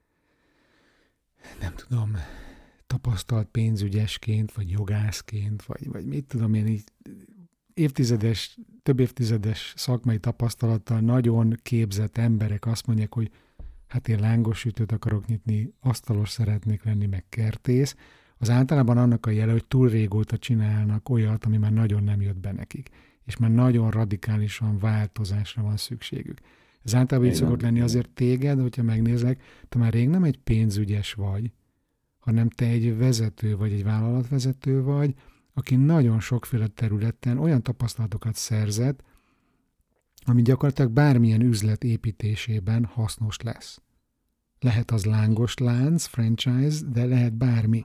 nem tudom, tapasztalt pénzügyesként, vagy jogászként, vagy mit tudom én, így több évtizedes szakmai tapasztalattal nagyon képzett emberek azt mondják, hogy hát én lángos sütőt akarok nyitni, asztalos szeretnék lenni, meg kertész, az általában annak a jele, hogy túl régóta csinálnak olyat, ami már nagyon nem jött be nekik, és már nagyon radikálisan változásra van szükségük. Ez általában így szokott lenni azért téged, hogyha megnézlek, te már rég nem egy pénzügyes vagy, hanem te egy vezető vagy, egy vállalatvezető vagy, aki nagyon sokféle területen olyan tapasztalatokat szerzett, ami gyakorlatilag bármilyen üzlet építésében hasznos lesz. Lehet az lángos lánc, franchise, de lehet bármi.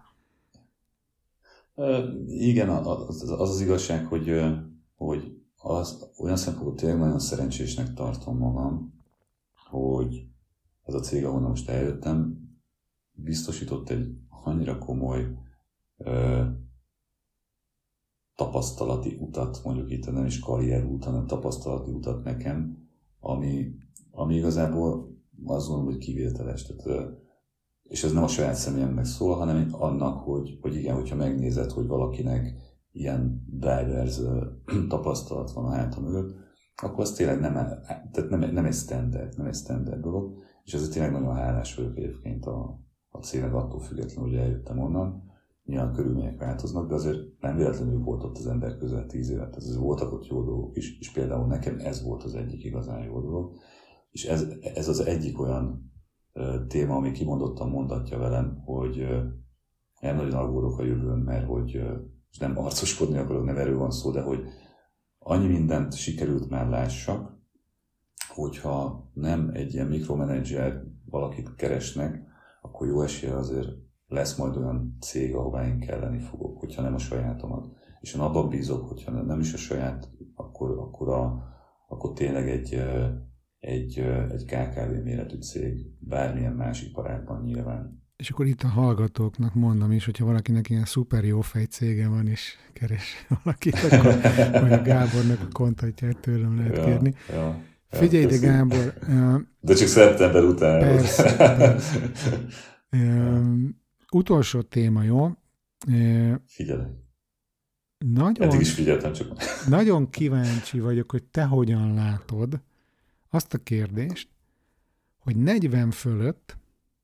Igen, az igazság, hogy olyan szempontból tényleg nagyon szerencsésnek tartom magam, hogy ez a cég, ahonnan most eljöttem, biztosított egy annyira komoly tapasztalati utat, mondjuk itt nem is karrierút, hanem tapasztalati utat nekem, ami igazából azt gondolom, hogy kivételes. Tehát, és ez nem a saját személyemnek szól, hanem annak, hogy igen, hogyha megnézed, hogy valakinek ilyen divers tapasztalat van a háta mögött, akkor az tényleg nem egy standard dolog, és ezért tényleg nagyon hálás vagyok egyébként a cégnek attól függetlenül, hogy eljöttem onnan. Nyilván körülmények változnak, de azért nem véletlenül volt ott az ember közel 10 évet, tehát voltak ott jó dolgok is, és például nekem ez volt az egyik igazán jó dolog, és ez az egyik olyan téma, ami kimondottan mondatja velem, hogy nem nagyon aggódok a jövőn, mert hogy és nem arcoskodni akarok, nem erről van szó, de hogy annyi mindent sikerült már lássak, hogyha nem egy ilyen mikromanager valakit keresnek, akkor jó esélye azért lesz majd olyan cég, ahová én kelleni fogok, hogyha nem a sajátomat. És én abban bízok, hogyha nem is a saját, akkor tényleg egy KKV méretű cég, bármilyen más iparágban nyilván. És akkor itt a hallgatóknak mondom is, hogyha valakinek ilyen szuper jó fejcége van, és keres valakit, akkor majd a Gábornak a kontaktját tőlem lehet kérni. Ja, figyelj, de Gábor... De csak szeptember után. Persze. Utolsó téma, jó? Figyelj. Nagyon, eddig is figyeltem csak. Nagyon kíváncsi vagyok, hogy te hogyan látod azt a kérdést, hogy 40 fölött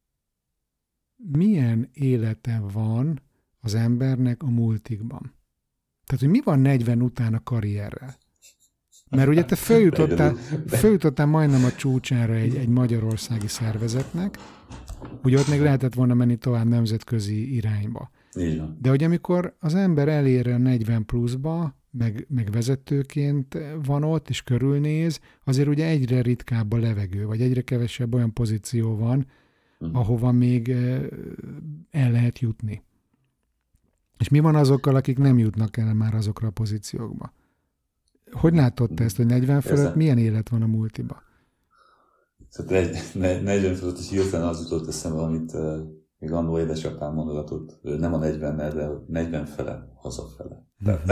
milyen élete van az embernek a multikban. Tehát, hogy mi van 40 után a karrierrel? Mert ugye te följutottál majdnem a csúcsára egy magyarországi szervezetnek, ugye ott még lehetett volna menni tovább nemzetközi irányba. Igen. De hogy amikor az ember elér a 40 pluszba, meg vezetőként van ott, és körülnéz, azért ugye egyre ritkább a levegő, vagy egyre kevesebb olyan pozíció van, ahova még el lehet jutni. És mi van azokkal, akik nem jutnak el már azokra a pozíciókba? Hogy látod te ezt, hogy 40 fölött milyen élet van a multiba? Szóval 40 fölött is hirtelen az jutott eszembe, amit még annó édesapám mondogatott, nem a 40-nel, de 40 fele, hazafele.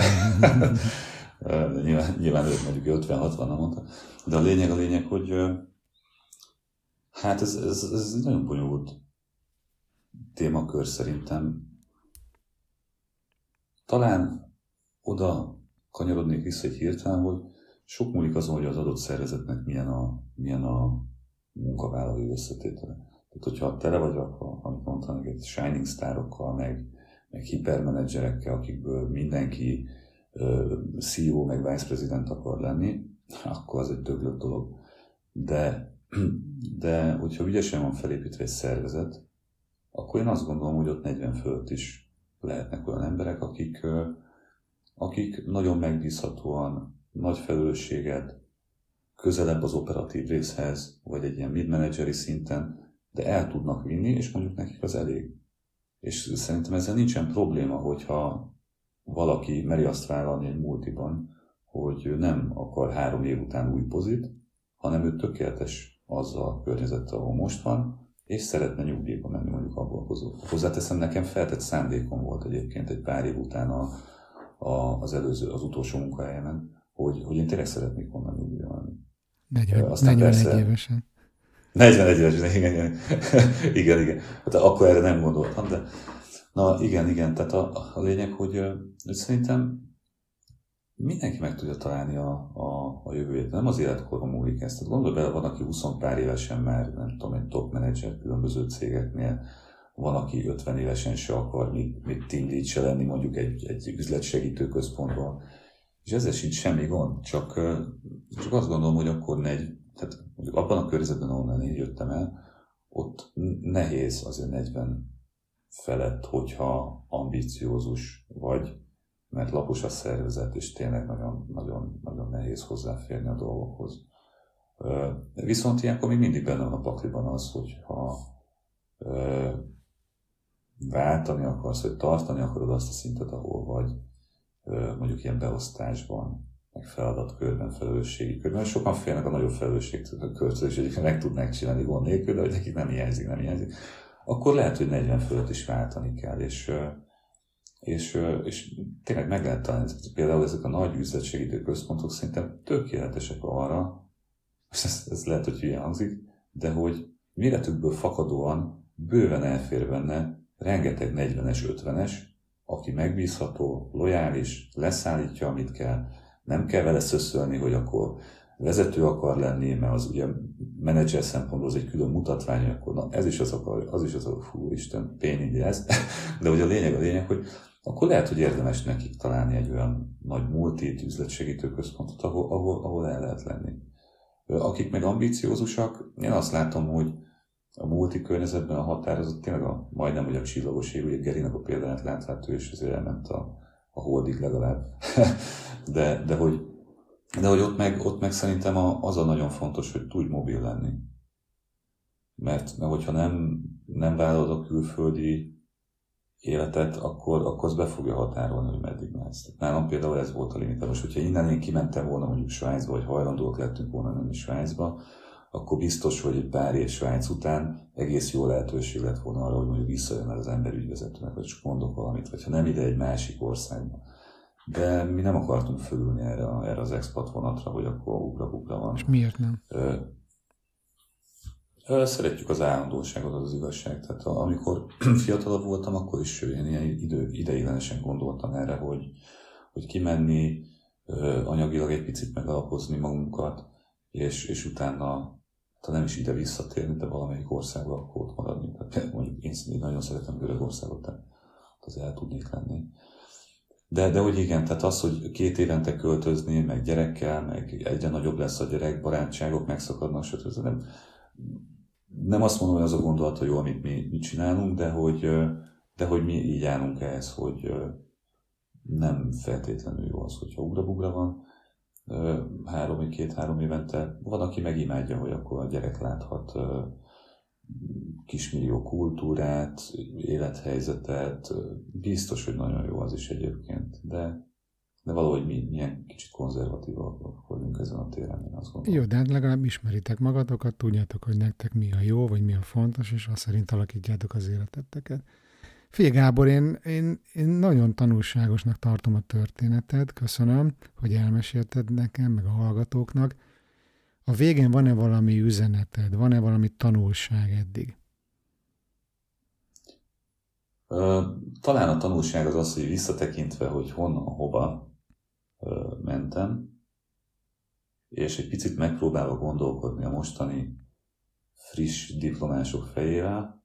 nyilván ők mondjuk 50-60-nal mondta. De a lényeg, hogy hát ez nagyon bonyolult témakör szerintem. Talán oda kanyarodnék vissza egy hirtelen, hogy sok múlik azon, hogy az adott szervezetnek milyen a munkavállalói összetétele. Tehát, hogyha tele vagy rakva, amit mondtam neked, shining sztárokkal, meg hipermenedzserekkel, akikből mindenki CEO, meg vice president akar lenni, akkor az egy döglött dolog. De hogyha ügyesen van felépítve egy szervezet, akkor én azt gondolom, hogy ott 40 fölött is lehetnek olyan emberek, akik nagyon megbízhatóan, nagy felelősséget, közelebb az operatív részhez, vagy egy ilyen mid-manageri szinten, de el tudnak vinni, és mondjuk nekik az elég. És szerintem ezzel nincsen probléma, hogyha valaki meri azt vállalni egy multiban, hogy nem akar 3 év után új pozit, hanem ő tökéletes azzal a környezettel, ahol most van, és szeretne nyugdíjba menni mondjuk abból a hozzáteszem, nekem feltett szándékom volt egyébként egy pár év után az utolsó munkahelyemen, hogy én tényleg szeretnék onnan nyugdíjba menni. 41 évesen. 41 évesen, igen. Hát akkor erre nem gondoltam, de na igen. Tehát a lényeg, hogy szerintem mindenki meg tudja találni a jövőjét. Nem az életkorban múlik ezt. Tehát gondolj bele, van, aki 20 pár évesen már, nem tudom, egy top menedzser különböző cégeknél, van, aki 50 évesen se akar még team lead se lenni, mondjuk egy üzletsegítő központban. És ezzel sincs semmi gond, csak azt gondolom, hogy akkor tehát mondjuk abban a környezetben, ahonnan én jöttem el, ott nehéz azért 40 felett, hogyha ambiciózus vagy, mert lapos a szervezet, és tényleg nagyon, nagyon, nagyon nehéz hozzáférni a dolgokhoz. Viszont ilyenkor még mindig benne van a pakliban az, hogy ha váltani akarsz, vagy tartani akarod azt a szintet, ahol vagy, mondjuk ilyen beosztásban, meg feladatkörben, felelősségi körben. Sokan félnek a nagyobb felelősségkörtől, és egyébként meg tudnák csinálni gond nélkül, de hogy nekik nem hiányzik. Akkor lehet, hogy 40 fölött is váltani kell, és tényleg meg lehet találni. Például ezek a nagy üzletsegítő központok szerintem tökéletesek arra, ez lehet, hogy hülye hangzik, de hogy méretükből fakadóan bőven elfér benne rengeteg 40-es, 50-es, aki megbízható, lojális, leszállítja, amit kell, nem kell vele szöszölni, hogy akkor vezető akar lenni, mert az ugye menedzser szempontból az egy külön mutatvány, akkor na, ez is az akar, az is az akar, fú, Isten, pénzügyi ez. De ugye a lényeg, hogy akkor lehet, hogy érdemes nekik találni egy olyan nagy multit, üzletsegítő központot, ahol el lehet lenni. Akik meg ambiciózusak, én azt látom, hogy a multi környezetben a határozott tényleg majdnem, hogy a csillagos ég, ugye Gerinek a példáját látható, és ezért elment a holdig legalább. de hogy ott meg szerintem az a nagyon fontos, hogy tudj mobil lenni. Mert hogyha nem vállalod a külföldi életet, akkor az be fogja határolni, hogy meddig mehetsz. Nálam például ez volt a limit. Most, hogyha innen én kimentem volna mondjuk Svájcba, vagy hajlandóak lettünk volna menni Svájcba, akkor biztos, hogy egy pár év Svájc után egész jó lehetőség lett volna arra, hogy mondjuk visszajön az ember ügyvezetőnek, vagy csak mondok valamit, vagy ha nem ide egy másik országba. De mi nem akartunk fölülni erre az expat vonatra, hogy akkor ugra van. És miért nem? Szeretjük az állandóságot, az igazság. Tehát amikor fiatalabb voltam, akkor is én ilyen ideiglenesen gondoltam erre, hogy kimenni, anyagilag egy picit megalapozni magunkat, és utána, ha nem is ide visszatérni, de valamelyik országba akkor ott maradni. Tehát mondjuk én nagyon szeretem Görögországot, tehát az el tudnék lenni. De hogy igen, tehát az, hogy 2 évente költözni, meg gyerekkel, meg egyre nagyobb lesz a gyerek, barátságok megszakadnak, stb. Nem azt mondom, hogy az a gondolat, jó, amit mi csinálunk, de hogy mi így állunk ehhez, hogy nem feltétlenül jó az, hogyha ugra-bugra van. 2-3 évente van, aki megimádja, hogy akkor a gyerek láthat kismillió kultúrát, élethelyzetet, biztos, hogy nagyon jó az is egyébként, de valahogy mi ilyen kicsit konzervatívak vagyunk ezen a téren, én azt gondolom. Jó, de hát legalább ismeritek magatokat, tudjátok, hogy nektek mi a jó, vagy mi a fontos, és azt szerint alakítjátok az életeteket. Figyelj, Gábor, én nagyon tanulságosnak tartom a történetet, köszönöm, hogy elmesélted nekem, meg a hallgatóknak. A végén van-e valami üzeneted, van-e valami tanulság eddig? Talán a tanulság az, hogy visszatekintve, hogy honnan, hova mentem, és egy picit megpróbálva gondolkodni a mostani friss diplomások fejével,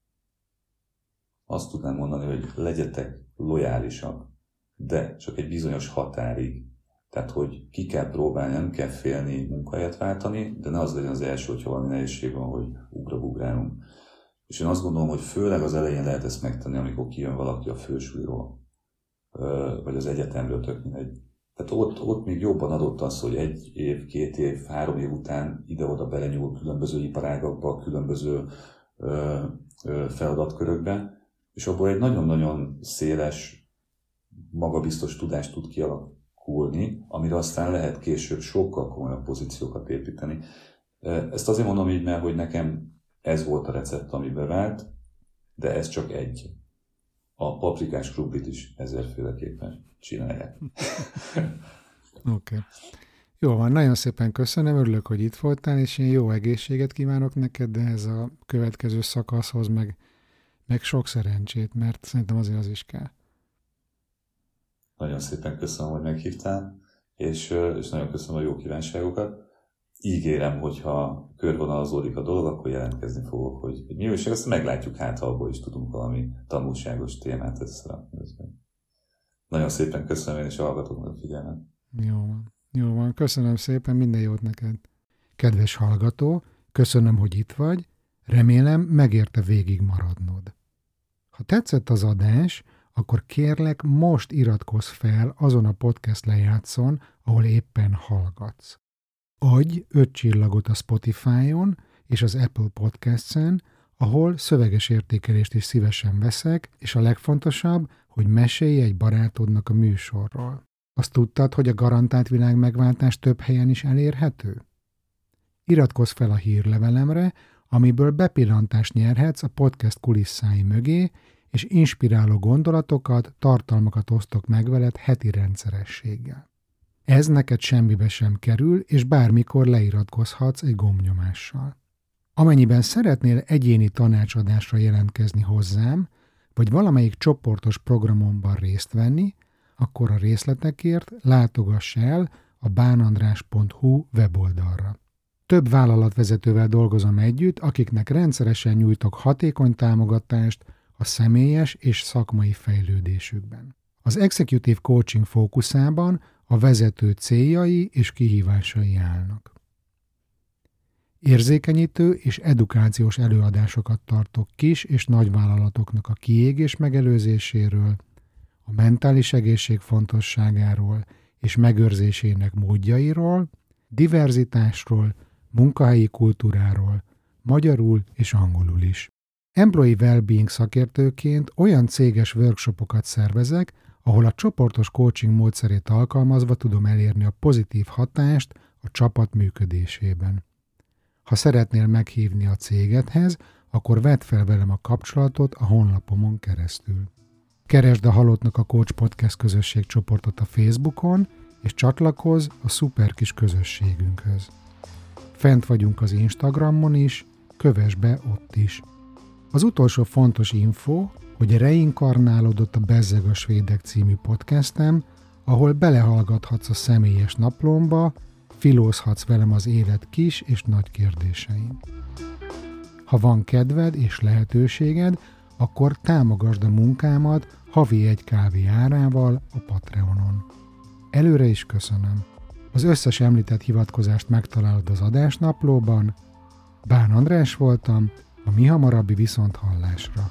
azt tudnám mondani, hogy legyetek lojálisak, de csak egy bizonyos határig. Tehát, hogy ki kell próbálni, nem kell félni munkahelyet váltani, de ne az legyen az első, hogyha valami nehézség van, hogy ugrálunk. És én azt gondolom, hogy főleg az elején lehet ezt megtenni, amikor kijön valaki a fősuliról, vagy az egyetemről, tök mindegy. Tehát ott még jobban adott az, hogy 1 év, 2 év, 3 év után ide-oda belenyúl különböző iparágakba, különböző feladatkörökbe, és abból egy nagyon-nagyon széles, magabiztos tudást tud kialakulni, amire aztán lehet később sokkal komolyabb pozíciókat építeni. Ezt azért mondom így, mert hogy nekem ez volt a recept, ami bevált, de ez csak egy. A paprikás kruplit is 1000-féleképpen csinálják. Oké. Jó van, nagyon szépen köszönöm, örülök, hogy itt voltál, és én jó egészséget kívánok neked, de ez a következő szakaszhoz meg sok szerencsét, mert szerintem azért az is kell. Nagyon szépen köszönöm, hogy meghívtál, és nagyon köszönöm a jó kívánságokat. Ígérem, hogyha körvonalazódik a dolog, akkor jelentkezni fogok, hogy mi újság, azt meglátjuk, hát abból is tudunk valami tanulságos témát összerakni. Nagyon szépen köszönöm én is a hallgatóknak a figyelmet. Jó van, köszönöm szépen, minden jót neked. Kedves hallgató, köszönöm, hogy itt vagy, remélem megérte végig maradnod. Ha tetszett az adás, akkor kérlek most iratkozz fel azon a podcast lejátszón, ahol éppen hallgatsz. Adj 5 csillagot a Spotify-on és az Apple Podcasts-en, ahol szöveges értékelést is szívesen veszek, és a legfontosabb, hogy mesélj egy barátodnak a műsorról. Azt tudtad, hogy a garantált világmegváltás több helyen is elérhető? Iratkozz fel a hírlevelemre, amiből bepillantást nyerhetsz a podcast kulisszái mögé, és inspiráló gondolatokat, tartalmakat osztok meg veled heti rendszerességgel. Ez neked semmibe sem kerül, és bármikor leiratkozhatsz egy gombnyomással. Amennyiben szeretnél egyéni tanácsadásra jelentkezni hozzám, vagy valamelyik csoportos programomban részt venni, akkor a részletekért látogass el a bánandrás.hu weboldalra. Több vállalatvezetővel dolgozom együtt, akiknek rendszeresen nyújtok hatékony támogatást a személyes és szakmai fejlődésükben. Az Executive Coaching fókuszában a vezető céljai és kihívásai állnak. Érzékenyítő és edukációs előadásokat tartok kis és nagyvállalatoknak a kiégés megelőzéséről, a mentális egészség fontosságáról és megőrzésének módjairól, diverzitásról, munkahelyi kultúráról, magyarul és angolul is. Employee Wellbeing szakértőként olyan céges workshopokat szervezek, ahol a csoportos coaching módszerét alkalmazva tudom elérni a pozitív hatást a csapat működésében. Ha szeretnél meghívni a cégedhez, akkor vedd fel velem a kapcsolatot a honlapomon keresztül. Keresd a Halottnak a Coach Podcast közösség csoportot a Facebookon, és csatlakozz a szuper kis közösségünkhöz. Fent vagyunk az Instagramon is, kövess be ott is. Az utolsó fontos info, hogy reinkarnálódott a Bezzeg a Svédek című podcastem, ahol belehallgathatsz a személyes naplomba, filózhatsz velem az élet kis és nagy kérdésein. Ha van kedved és lehetőséged, akkor támogasd a munkámat havi 1 kávé árával a Patreonon. Előre is köszönöm. Az összes említett hivatkozást megtalálod az adásnaplóban. Bán András voltam, a mihamarabbi viszonthallásra.